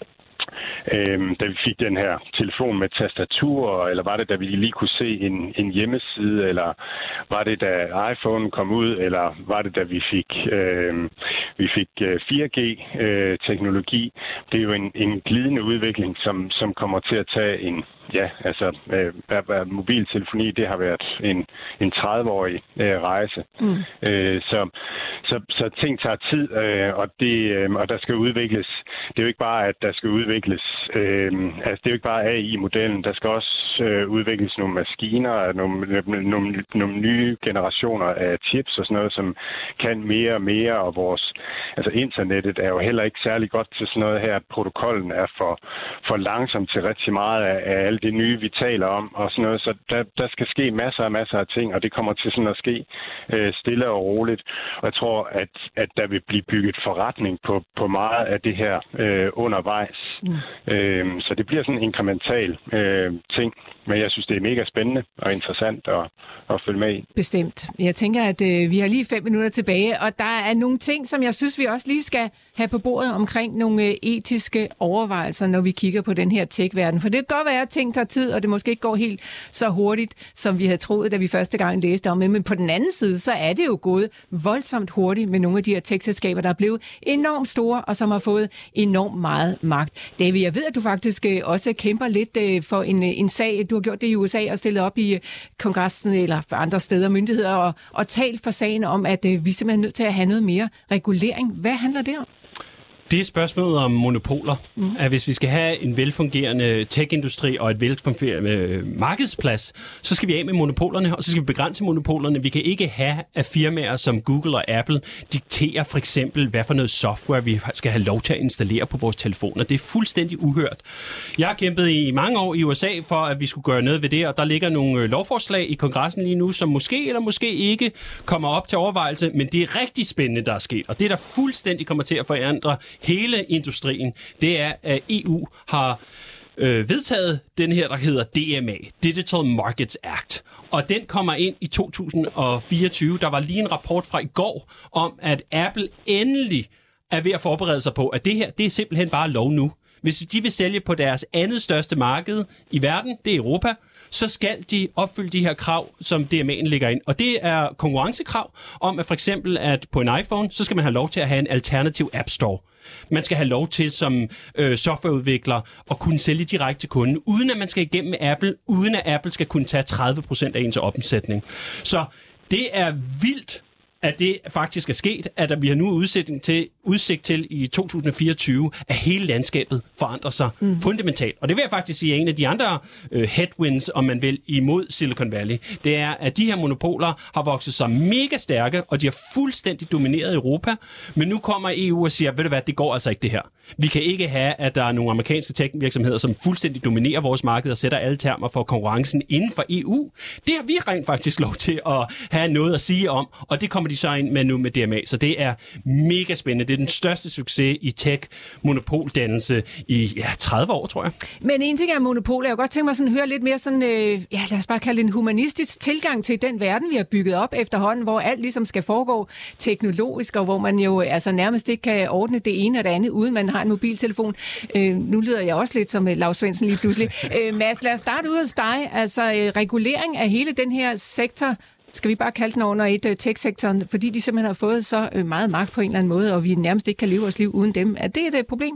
F: Øhm, da vi fik den her telefon med tastatur, eller var det, da vi lige kunne se en, en hjemmeside, eller var det, da iPhone kom ud, eller var det, da vi fik, øh, vi fik fire G-teknologi. Øh, det er jo en, en glidende udvikling, som, som kommer til at tage en, ja, altså øh, mobiltelefoni, det har været en, en tredive-årig øh, rejse. Mm. Øh, så, så, så ting tager tid, øh, og, det, øh, og der skal udvikles. Det er jo ikke bare, at der skal udvikles, øh, altså det er jo ikke bare A I-modellen, der skal også øh, udvikles nogle maskiner, nogle, nogle, nogle nye generationer af chips og sådan noget, som kan mere og mere, og vores, altså internettet er jo heller ikke særlig godt til sådan noget her, at protokollen er for, for langsom til rigtig meget af, af alle det nye, vi taler om, og sådan noget. Så der, der skal ske masser og masser af ting, og det kommer til sådan at ske øh, stille og roligt. Og jeg tror, at, at der vil blive bygget forretning på, på meget af det her øh, undervejs. Mm. Øh, så det bliver sådan en inkremental øh, ting. Men jeg synes, det er mega spændende og interessant at, at følge med i.
C: Bestemt. Jeg tænker, at øh, vi har lige fem minutter tilbage, og der er nogle ting, som jeg synes, vi også lige skal have på bordet omkring nogle øh, etiske overvejelser, når vi kigger på den her tech-verden. For det kan godt være, at ting tager tid, og det måske ikke går helt så hurtigt, som vi havde troet, da vi første gang læste om det. Men på den anden side, så er det jo gået voldsomt hurtigt med nogle af de her tech-selskaber, der er blevet enormt store, og som har fået enormt meget magt. David, jeg ved, at du faktisk øh, også kæmper lidt øh, for en, en sag. Du har gjort det i U S A og stillet op i kongressen eller andre steder, myndigheder, og, og talt for sagen om, at øh, vi simpelthen er nødt til at have noget mere regulering. Hvad handler det om?
D: Det er spørgsmålet om monopoler. Mm. At hvis vi skal have en velfungerende tech-industri og et velfungerende markedsplads, så skal vi af med monopolerne, og så skal vi begrænse monopolerne. Vi kan ikke have, at firmaer som Google og Apple dikterer for eksempel, hvad for noget software vi skal have lov til at installere på vores telefoner. Det er fuldstændig uhørt. Jeg har kæmpet i mange år i U S A for, at vi skulle gøre noget ved det, og der ligger nogle lovforslag i kongressen lige nu, som måske eller måske ikke kommer op til overvejelse, men det er rigtig spændende, der er sket. Og det, der fuldstændig kommer til at forandre hele industrien, det er, at E U har øh, vedtaget den her, der hedder D M A, Digital Markets Act. Og den kommer ind i to tusind fireogtyve. Der var lige en rapport fra i går om, at Apple endelig er ved at forberede sig på, at det her, det er simpelthen bare lov nu. Hvis de vil sælge på deres andet største marked i verden, det er Europa, så skal de opfylde de her krav, som D M A'en ligger ind. Og det er konkurrencekrav om, at for eksempel, at på en iPhone, så skal man have lov til at have en alternativ App Store. Man skal have lov til som øh, softwareudvikler at kunne sælge direkte til kunden, uden at man skal igennem Apple, uden at Apple skal kunne tage tredive procent af ens omsætning. Så det er vildt, at det faktisk er sket, at vi har nu udsigt til, udsigt til i to tusind fireogtyve, at hele landskabet forandrer sig mm. fundamentalt. Og det vil jeg faktisk sige, at en af de andre øh, headwinds, om man vil, imod Silicon Valley, det er, at de her monopoler har vokset sig mega stærke, og de har fuldstændig domineret Europa. Men nu kommer E U og siger, ved du hvad, det går altså ikke det her. Vi kan ikke have, at der er nogle amerikanske tech-virksomheder, som fuldstændig dominerer vores marked og sætter alle termer for konkurrencen inden for E U. Det har vi rent faktisk lov til at have noget at sige om, og det kommer de så ind med nu med D M A. Så det er mega spændende. Det er den største succes i tech-monopoldannelse i ja, tredive år, tror jeg. Men
C: en ting er monopol. Jeg kunne godt tænke mig sådan at høre lidt mere sådan, øh, ja, lad os bare kalde det en humanistisk tilgang til den verden, vi har bygget op efterhånden, hvor alt ligesom skal foregå teknologisk, og hvor man jo altså nærmest ikke kan ordne det ene og det andet, uden man har en mobiltelefon. Øh, nu lyder jeg også lidt som Lars Svendsen lige pludselig. Øh, Mads, lad os starte ud hos dig. Altså øh, regulering af hele den her sektor, skal vi bare kalde den under et uh, tech-sektoren, fordi de simpelthen har fået så uh, meget magt på en eller anden måde, og vi nærmest ikke kan leve vores liv uden dem. Er det et uh, problem?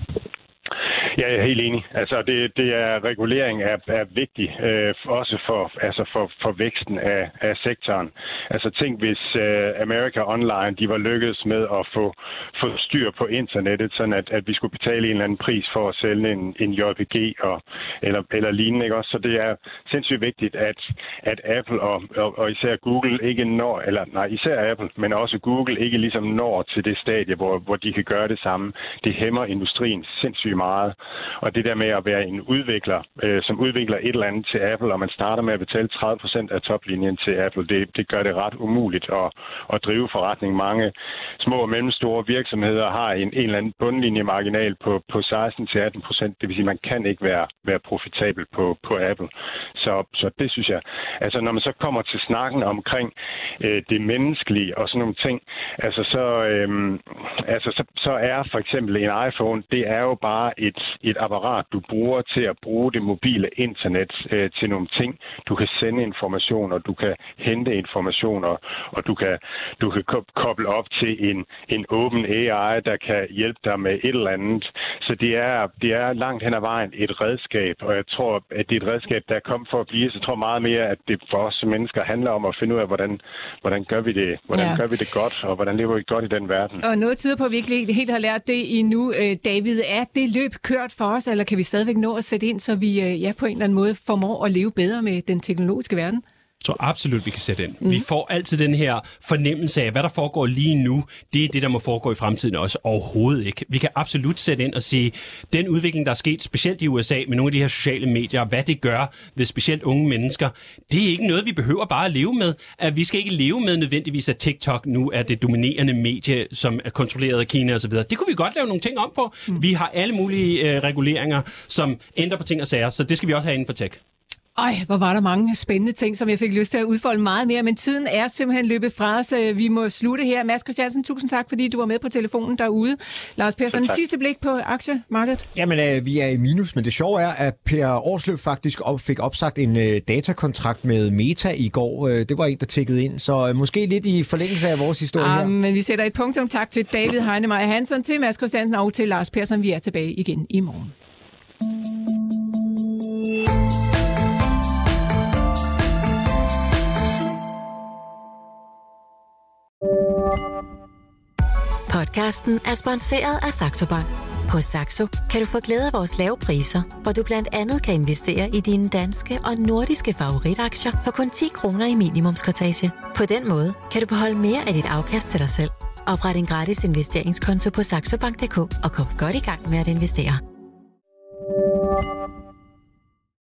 F: Ja, jeg er helt enig. Altså, det, det er regulering er, er vigtig, øh, også for, altså for, for væksten af, af sektoren. Altså, tænk, hvis øh, America Online, de var lykkedes med at få, få styr på internettet, sådan at, at vi skulle betale en eller anden pris for at sælge en, en J P G og, eller, eller lignende, ikke også? Så det er sindssygt vigtigt, at, at Apple og, og, og især Google ikke når, eller nej, især Apple, men også Google ikke ligesom når til det stadie, hvor, hvor de kan gøre det samme. Det hæmmer industrien sindssygt meget. Og det der med at være en udvikler, øh, som udvikler et eller andet til Apple, og man starter med at betale tredive procent af toplinjen til Apple, det, det gør det ret umuligt at, at drive forretning. Mange små og mellemstore virksomheder har en, en eller anden bundlinjemarginal på, på seksten til atten procent. Det vil sige, at man kan ikke være, være profitabel på, på Apple. Så, så det synes jeg. Altså, når man så kommer til snakken omkring øh, det menneskelige og sådan nogle ting, altså så, øh, altså, så, så er for eksempel en iPhone, det er jo bare et et apparat, du bruger til at bruge det mobile internet øh, til nogle ting. Du kan sende informationer, du kan hente informationer, og du kan, du kan koble op til en, en åben A I, der kan hjælpe dig med et eller andet. Så det er, det er langt hen ad vejen et redskab, og jeg tror, at det er et redskab, der er kommet for at blive. Så jeg tror meget mere, at det for os mennesker handler om at finde ud af, hvordan, hvordan gør vi det, hvordan ja. gør vi det godt, og hvordan lever vi godt i den verden.
C: Og noget tyder på, at vi ikke helt har lært det endnu. David, er det løb kørt for os, eller kan vi stadigvæk nå at sætte ind, så vi ja, på en eller anden måde formår at leve bedre med den teknologiske verden?
D: Jeg tror absolut, vi kan sætte ind. Mm. Vi får altid den her fornemmelse af, hvad der foregår lige nu, det er det, der må foregå i fremtiden også. Overhovedet ikke. Vi kan absolut sætte ind og sige, den udvikling, der er sket, specielt i U S A, med nogle af de her sociale medier, hvad det gør ved specielt unge mennesker, det er ikke noget, vi behøver bare at leve med. At vi skal ikke leve med nødvendigvis, at TikTok nu er det dominerende medie, som er kontrolleret af Kina osv. Det kunne vi godt lave nogle ting om på. Mm. Vi har alle mulige øh, reguleringer, som ændrer på ting og sager, så det skal vi også have inden for tech.
C: Ej, hvor var der mange spændende ting, som jeg fik lyst til at udfolde meget mere, men tiden er simpelthen løbet fra os. Vi må slutte her. Mads Christiansen, tusind tak, fordi du var med på telefonen derude. Lars Persson, en sidste blik på aktiemarkedet?
E: Jamen, øh, vi er i minus, men det sjove er, at Per Årsløv faktisk op, fik opsagt en øh, datakontrakt med Meta i går. Øh, det var en, der tikkede ind, så øh, måske lidt i forlængelse af vores historie ah, her.
C: Men vi sætter et punktum. Tak til David Heinemeier Hansen, til Mads Christiansen og til Lars Persson. Vi er tilbage igen i morgen.
A: Podcasten er sponsoreret af Saxo Bank. På Saxo kan du få glæde af vores lave priser, hvor du blandt andet kan investere i dine danske og nordiske favoritaktier for kun ti kroner i minimumskortage. På den måde kan du beholde mere af dit afkast til dig selv. Opret en gratis investeringskonto på saxobank punktum d k og kom godt i gang med at investere.